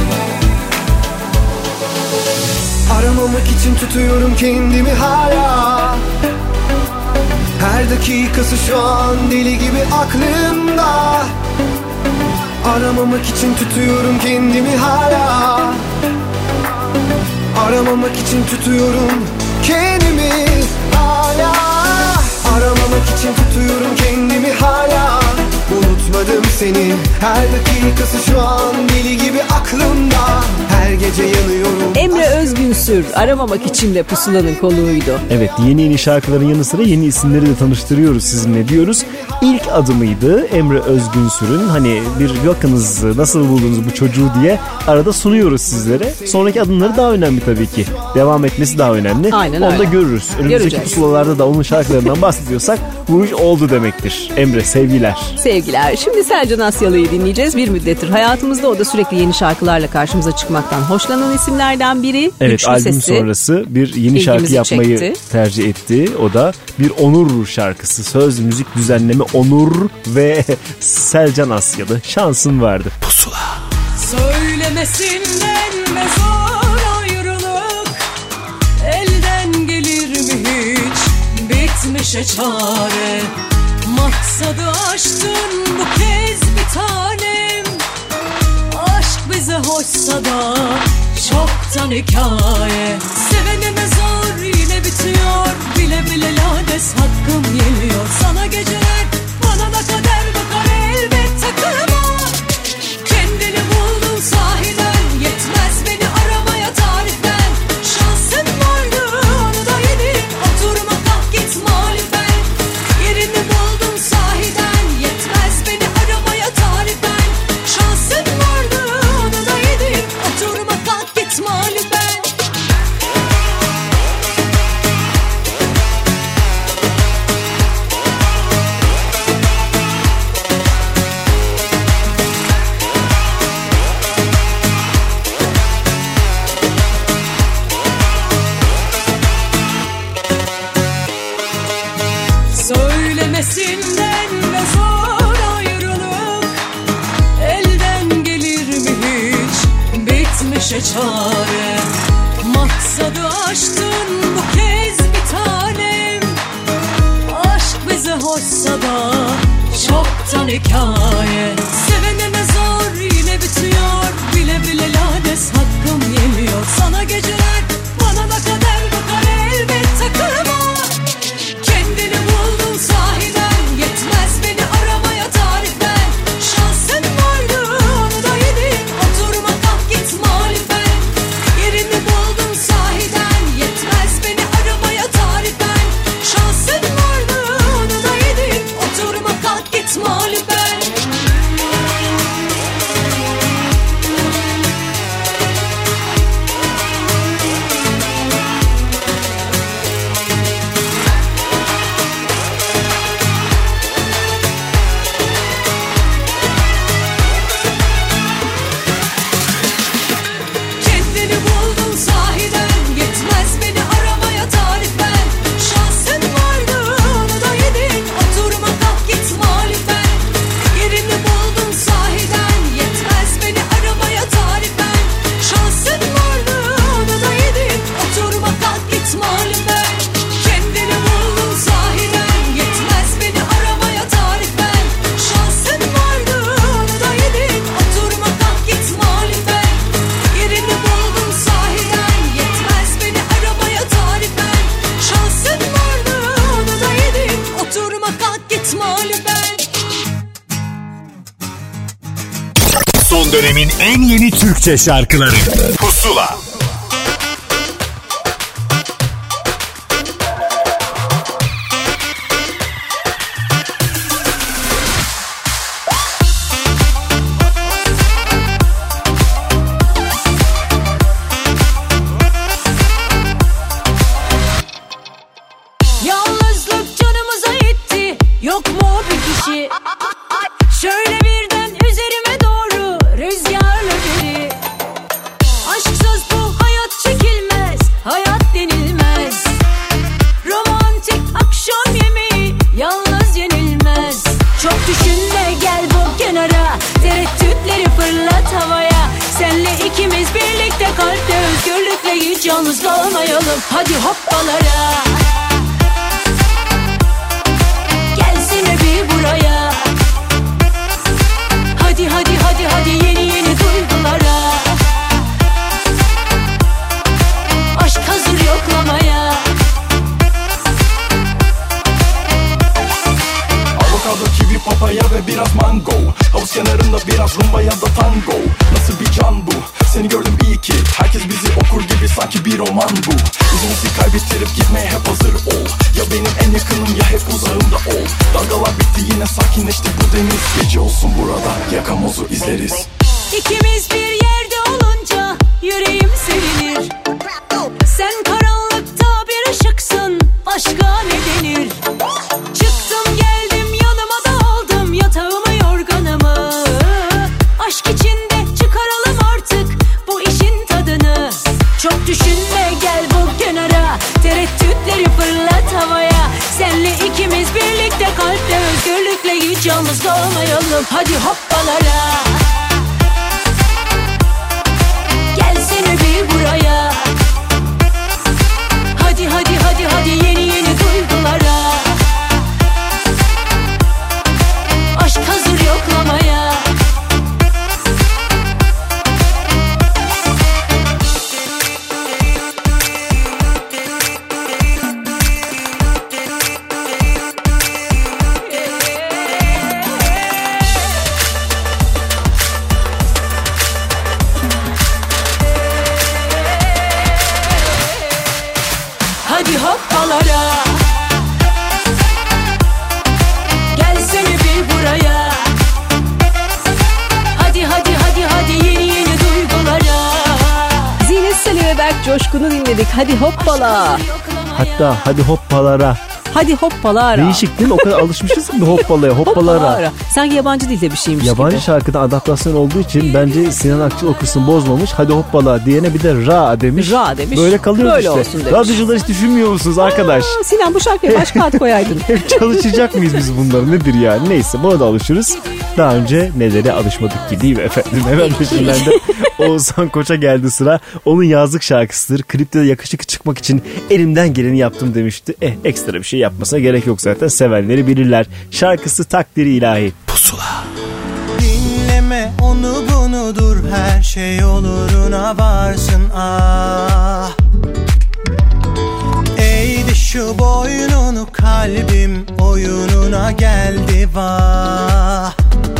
Aramamak için tutuyorum kendimi hala. Her dakikası şu an deli gibi aklımda. Aramamak için tutuyorum kendimi hala. Aramamak için tutuyorum kendimi hala. Aramamak için tutuyorum kendimi hala. Unutmadım seni, her dakikası şu an deli gibi aklımda. Her gece yanıyorum. Emre Özgünsür aramamak için de Pusula'nın konuğuydu. Evet, yeni şarkıların yanı sıra yeni isimleri de tanıştırıyoruz sizinle diyoruz. İlk adımıydı Emre Özgünsür'ün, hani bir bakınız nasıl buldunuz bu çocuğu diye arada sunuyoruz sizlere. Sonraki adımları daha önemli tabii ki. Devam etmesi daha önemli. Aynen onu öyle. da görürüz. Önümüzdeki pusulalarda da onun şarkılarından bahsediyorsak bu iş oldu demektir. Emre, sevgiler. Sevgiler. Şimdi Selcan Asyalı'yı dinleyeceğiz. Bir müddettir hayatımızda, o da sürekli yeni şarkılarla karşımıza çıkmaktan hoşlanan isimlerden biri. Evet, Güçlü albüm sesi sonrası bir yeni şarkı yapmayı tercih etti. O da bir Onur şarkısı. Söz, müzik, düzenleme Onur ve Selcan Asyalı. Şansın vardı. Pusula. Söylemesinden ve zor ayrılık elden gelir mi hiç bitmişe çare. Maksadı aştın bu kez bir tanem. Aşk bize hoşsa da çoktan hikaye. Sevenime zor yine bitiyor. Bile bile lades hakkım yemiyor. Sana geceler bana da kader bakar elbet takılma. Kendini buldun sahiden, yetmez beni aramaya tarifen. Şansın vardı onu da yedin, oturma kalk git malifen. Yerini buldun sahiden, yetmez beni aramaya tarifen. Şansın vardı onu da yedin, oturma kalk git malifen. Söylemesinden ve zor ayrılık elden gelir mi hiç bitmişe çare. Maksadı aştın bu kez bir tanem. Aşk bize hoşsa da çoktan hikaye. Sevenime zor yine bitiyor. Bile bile lades hakkım yemiyor. Sana geceler bana da kader bakar elbet takılma. Kendini buldun sahiden, yetmez beni aramaya tarifen. Şansın vardı onu da yedin, oturma kalk git malifen. Yerini buldun sahiden, yetmez beni aramaya Son dönemin en yeni Türkçe şarkıları Pusula. Yalnızlık canımıza itti, yok mu bir kişi? Şöyle birden üzerime doğru rüzgarla biri. Aşksız bu hayat çekilmez, hayat denilmez. Romantik akşam yemeği yalnız yenilmez. Çok düşünme, gel bu kenara, tereddütleri fırlat havaya. Senle ikimiz birlikte kalpte özgürlükle hiç yalnız kalmayalım. Hadi hoppalara, gelsene bir buraya. Hadi hadi hadi hadi yeni yeni duygulara. Aşk hazır yoklamaya. Avokado, kivi, papaya ve biraz mango. Havuz kenarında biraz rumba ya da tango. Nasıl bir can bu? Seni gördüm iyi ki. Herkes bizi okur gibi sanki bir roman bu. İzimizi kaybettirip gitmeye hep hazır ol. Ya benim en yakınım ya hep uzağımda ol. Dalgalar bitti yine sakinleşti bu deniz. Gece olsun burada yakamozu izleriz. İkimiz bir yerde olunca yüreğim sevinir. Sen karanlıkta bir ışıksın, başka ne denir? Çıktım geldim yanıma da aldım yatağımı yorganımı. Aşk içinde çıkaralım artık bu işin tadını. Çok düşünme, gel bu kenara, tereddütleri fırlat havaya. Senle ikimiz birlikte kalpte özgürlükle hiç yalnız kalmayalım. Hadi hoppalara, gelsene bir buraya. Hadi hadi hadi hadi yeni yeni duygulara. Aşk hazır yoklamaya. Hadi hoppalara, gelsene bir buraya. Hadi hadi hadi hadi yeni yeni duygulara. Zinet Salih ve Berk Coşkun'u dinledik. Hadi hoppala. Hatta hadi hoppalara. Hadi hoppalara. Değişik değil mi? O kadar alışmışız ki hoppalaya, hoppalara. Sanki yabancı dilde bir şeymiş yabancı gibi. şarkıda adaptasyon olduğu için bence Sinan Akçıl o kısmı bozmamış. Hadi hoppala diyene bir de ra demiş. Ra demiş. Böyle kalıyoruz böyle işte. olsun demiş. Radyocular hiç düşünmüyor musunuz arkadaş? Sinan bu şarkıya başka ad koyaydın. Çalışacak mıyız biz bunları? Nedir yani? Neyse buna da alışırız. Daha önce nelere alışmadık ki değil mi efendim? Hemen peşinden de Oğuzhan Koç'a geldi sıra. Onun yazlık şarkısıdır. Klipte de yakışıklı çıkmak için elimden geleni yaptım demişti. Ekstra bir şey yapmasına gerek yok zaten. Sevenleri bilirler. Şarkısı Takdiri İlahi. Pusula. Dinleme onu bunu, dur her şey oluruna varsın ah. Eğdi şu boynunu, kalbim oyununa geldi vah.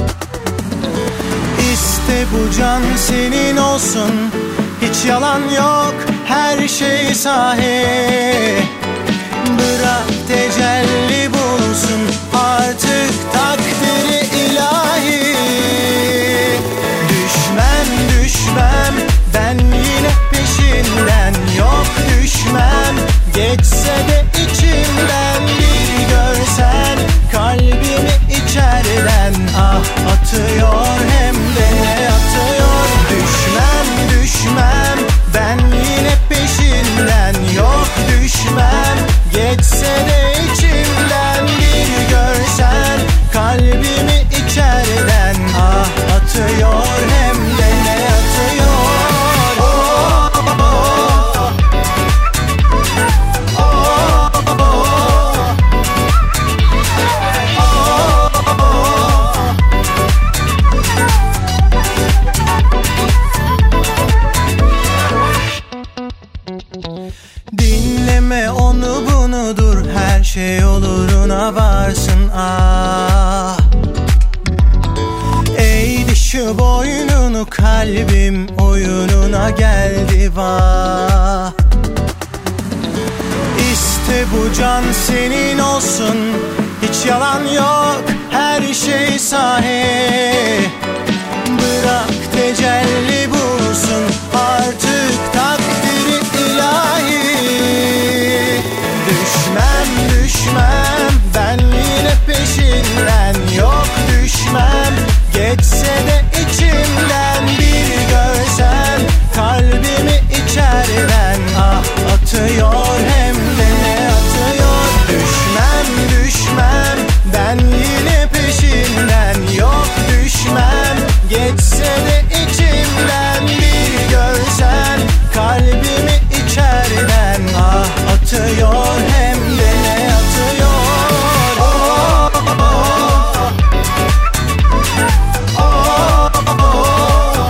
İste bu can senin olsun, hiç yalan yok, her şey sahi. Bırak tecelli bulsun artık takdiri ilahi. Düşmem düşmem ben yine peşinden, yok düşmem geçse de içimden. Bir görsen kalbimi içeriden, ah atıyor hem de ne atıyor. Düşmem düşmem ben yine peşinden, yok düşmem geçse de içimden. Bir görsen kalbimi içeriden, ah atıyor hem de ne atıyor. Oh, oh, oh. Oh, oh, oh. Dinleme onu bunu, dur her şey oluruna varsın ah. Eğdi şu şu boynunu, kalbim oyununa geldi vah. İşte bu can senin olsun, hiç yalan yok, her şey sahi. Bırak tecelli bulsun artık takdiri ilahi. Düşmem düşmem ben yine peşinden, yok düşmem geçse de içimden. Bir görsen kalbimi içeriden, ah atıyor hem de ne atıyor. Düşmem düşmem ben yine peşinden, yok düşmem geçse de içimden. Bir görsen kalbimi içeriden, ah atıyor hem de ne atıyor. Oh, oh, oh. Oh, oh, oh.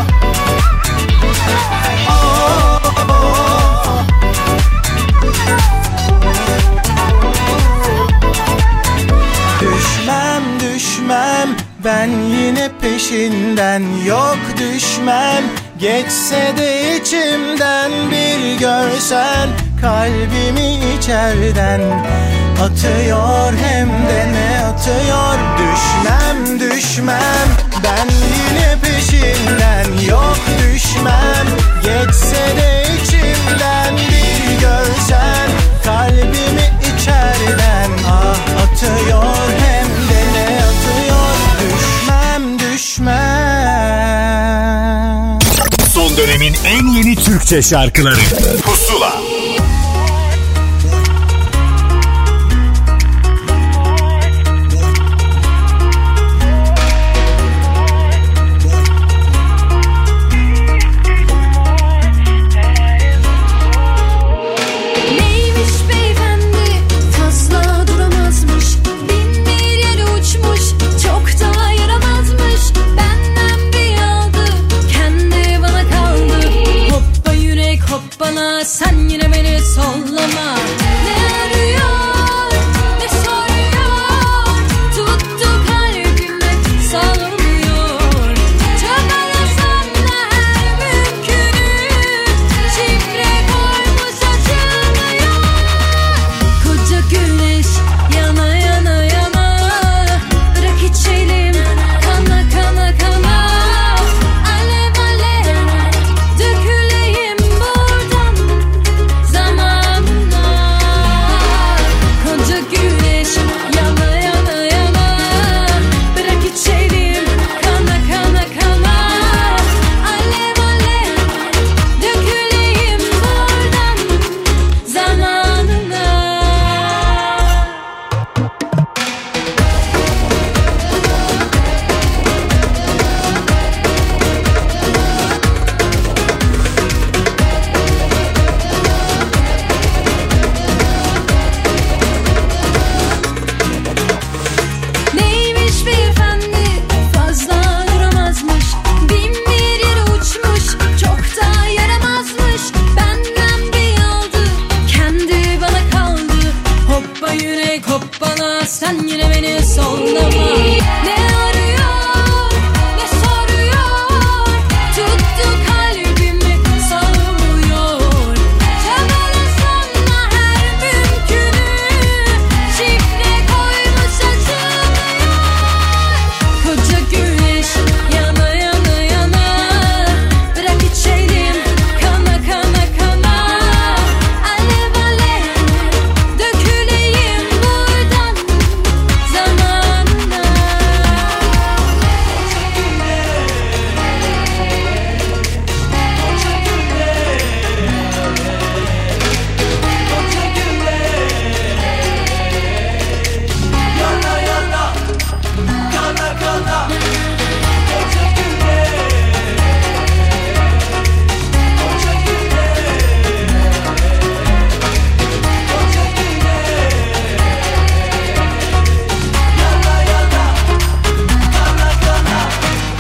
Düşmem düşmem ben yine peşinden, yok düşmem geçse de içimden. Bir görsen kalbimi içeriden, atıyor hem de ne atıyor. Düşmem düşmem ben yine peşinden, yok düşmem geçse de içimden. Bir görsen kalbimi içeriden, ah atıyor hem de ne atıyor. Düşmem düşmem. Son dönemin en yeni Türkçe şarkıları Pusula. Bana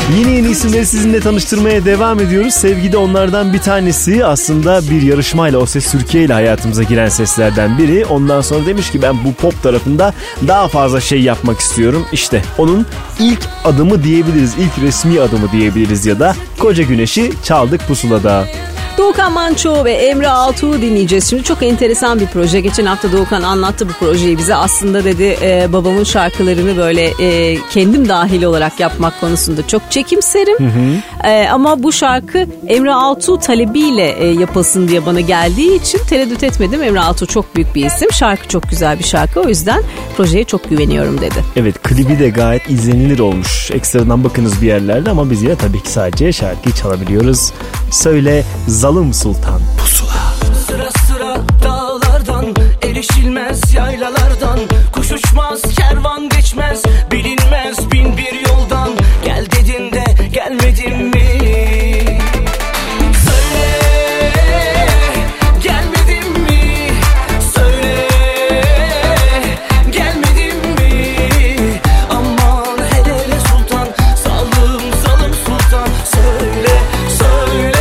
Yeni isimleri sizinle tanıştırmaya devam ediyoruz. Sevgi de onlardan bir tanesi. Aslında bir yarışmayla, O Ses Türkiye ile hayatımıza giren seslerden biri. Ondan sonra demiş ki ben bu pop tarafında daha fazla şey yapmak istiyorum. İşte onun ilk adımı diyebiliriz, ilk resmi adımı diyebiliriz ya da Koca Güneş'i çaldık Pusula'da. Doğukan Manço ve Emre Altuğ'u dinleyeceğiz. Şimdi çok enteresan bir proje. Geçen hafta Doğukan anlattı bu projeyi bize. Aslında dedi babamın şarkılarını böyle kendim dahil olarak yapmak konusunda çok çekimserim. Ama bu şarkı Emre Altuğ talebiyle yapılsın diye bana geldiği için tereddüt etmedim. Emre Altuğ çok büyük bir isim. Şarkı çok güzel bir şarkı. O yüzden projeye çok güveniyorum dedi. Evet, klibi de gayet izlenilir olmuş. Ekstradan bakınız bir yerlerde ama biz yine tabii ki sadece şarkıyı çalabiliyoruz. Söyle Zalım Sultan. Pusula. Sıra sıra dağlardan, erişilmez yaylalardan, kuş uçmaz, kervan geçmez, bilinmez bin bir yoldan. Gel dedin de gelmedin mi? Söyle, gelmedin mi? Söyle, gelmedin mi? Aman hele hele sultan, zalım zalım sultan. Söyle, söyle.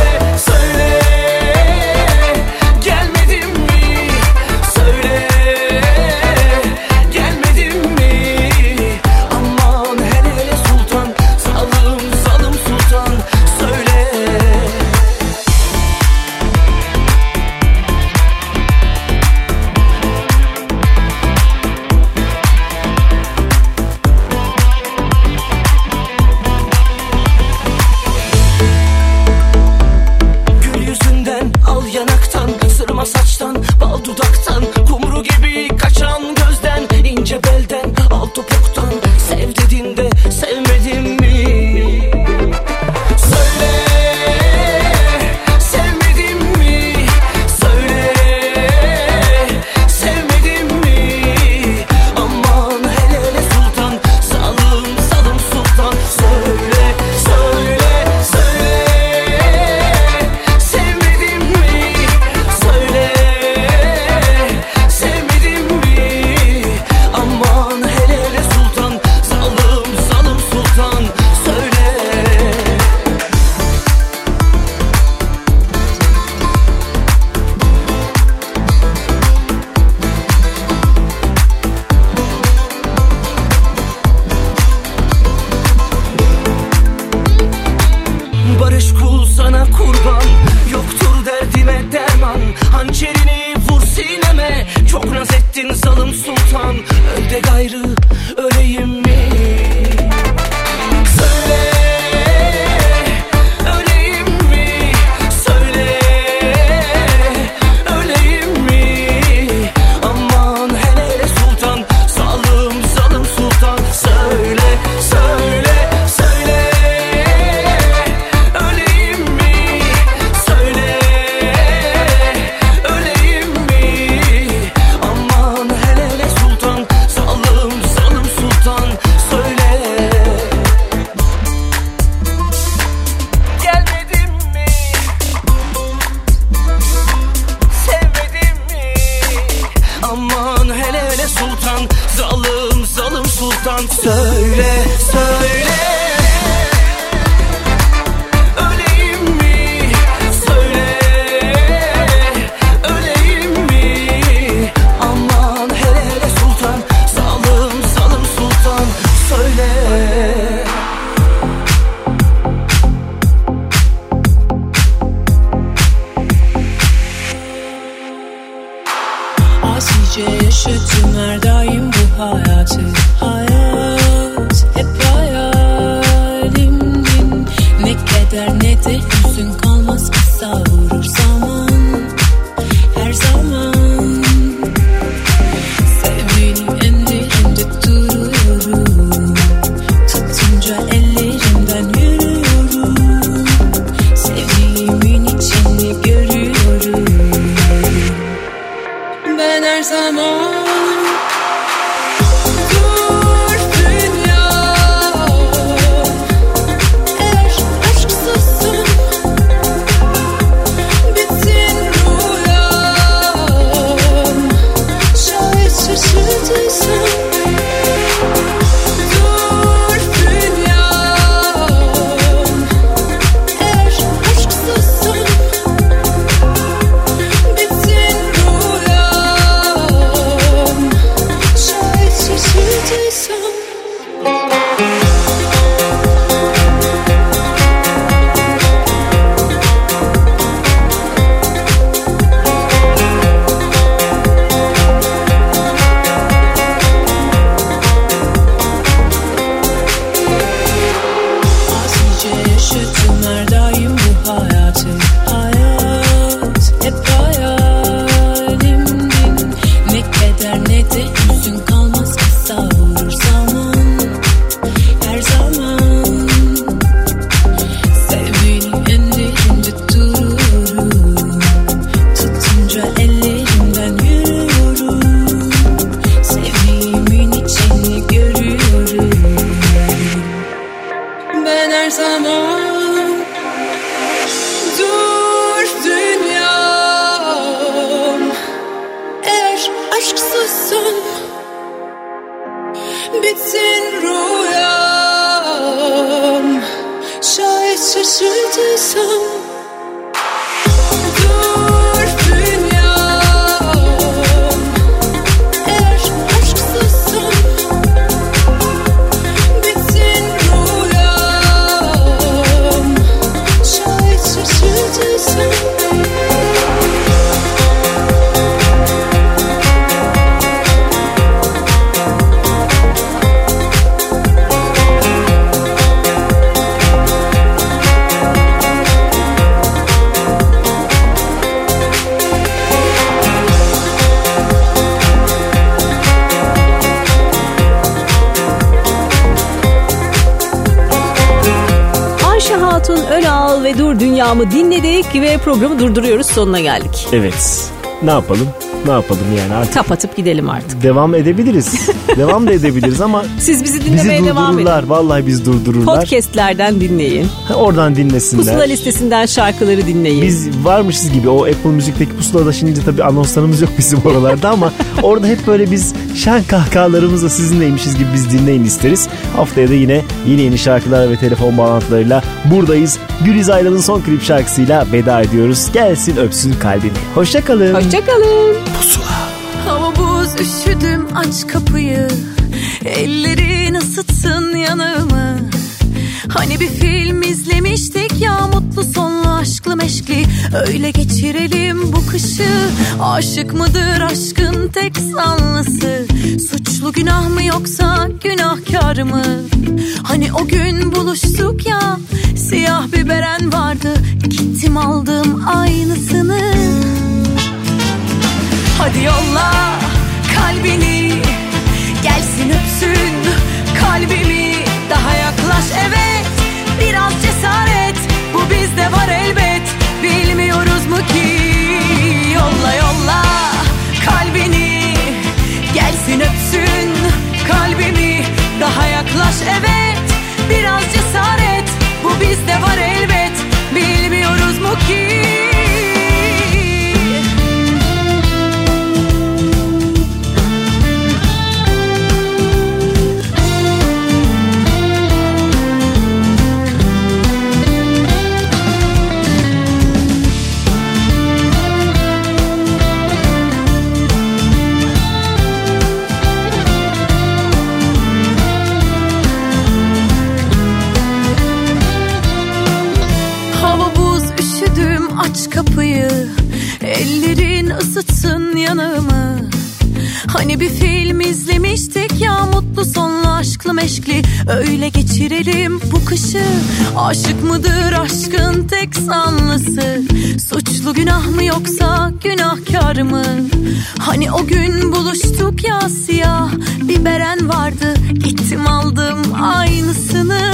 Sultan yaşadım her daim bu hayatı. Hayat hep hayalimdin. Ne keder ne de hüzün kalmaz ki savurur zaman. Her zaman sevdiğini en derinde dururum. Tutunca ellerimden yürüyorum. Sevdiğimin içini görüyorum. Ben her zaman dur dünyam. Eğer aşksızsın bitsin rüyam. Şayet şaşırtırsam dur dünyam. Eğer aşksızsın bitsin rüyam. Şayet şaşırtırsam. Ayşe Hatun Önal ve Dur Dünyamı dinledik ve programı durduruyoruz, sonuna geldik. Evet. Ne yapalım? Ne yapalım yani artık? Kapatıp gidelim artık. Devam edebiliriz. Devam da edebiliriz ama siz bizi dinlemeye devam edin. Vallahi biz durdururlar. Podcast'lerden dinleyin. Oradan dinlesinler. Pusula listesinden şarkıları dinleyin. Biz varmışız gibi o Apple Müzik'teki pusulada şimdi tabii anonslarımız yok bizim oralarda ama orada hep böyle biz şen kahkahalarımızla sizinleymişiz gibi biz dinleyin isteriz. Haftaya da yine yeni şarkılar ve telefon bağlantılarıyla buradayız. Güliz Aylan'ın son klip şarkısıyla veda ediyoruz. Gelsin öpsün kalbini. Hoşçakalın. Hoşçakalın. Pusula. Hava buz üşüdüm aç kapıyı. Ellerin ısıtsın yanımı. Hani bir film izlemiştik ya, mutlu sonlu aşklı meşkli. Öyle geçirelim bu kışı. Aşık mıdır aşkın tek sanlısı? Suçlu günah mı yoksa günahkar mı? Hani o gün buluştuk ya, siyah bir beren vardı. Gittim aldım aynısını. Hadi yolla kalbini, gelsin öpsün kalbimi. Daha yaklaş evet, biraz cesaret, bu bizde var elbet. Bilmiyoruz mu ki? Yolla yolla kalbini, gelsin öpsün kalbimi. Daha yaklaş evet, biraz cesaret, bu bizde var elbet. Bilmiyoruz mu ki? Aç kapıyı, ellerin ısıtsın yanımı. Hani bir film izlemiştik ya, mutlu sonlu aşklı meşkli. Öyle geçirelim bu kışı. Aşık mıdır aşkın tek sanlısı? Suçlu günah mı yoksa günahkar mı? Hani o gün buluştuk ya, siyah bir beren vardı. Gittim aldım aynısını.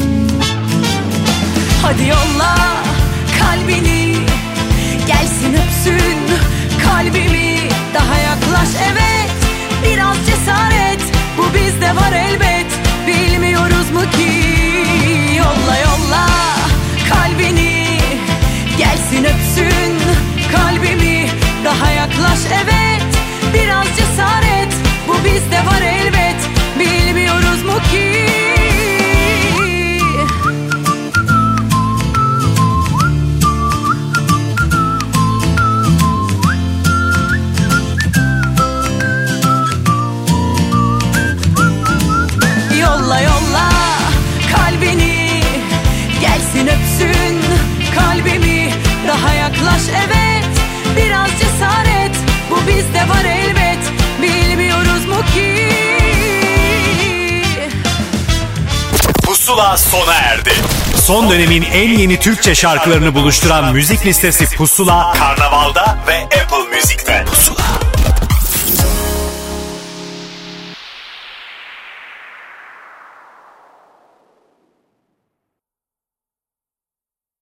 Hadi yolla kalbini, gelsin öpsün kalbimi. Daha yaklaş evet, biraz cesaret, bu bizde var elbet. Bilmiyoruz mu ki? Yolla yolla kalbini, gelsin öpsün kalbimi. Daha yaklaş evet, biraz cesaret, bu bizde var elbet. Bilmiyoruz mu ki? Yolla yolla kalbini, gelsin öpsün kalbimi. Daha yaklaş evet, biraz cesaret, bu bizde var elbet. Bilmiyoruz mu ki? Pusula sona erdi. Son dönemin en yeni Türkçe şarkılarını buluşturan müzik listesi Pusula, Karnaval'da ve Apple Music'te. Pusula.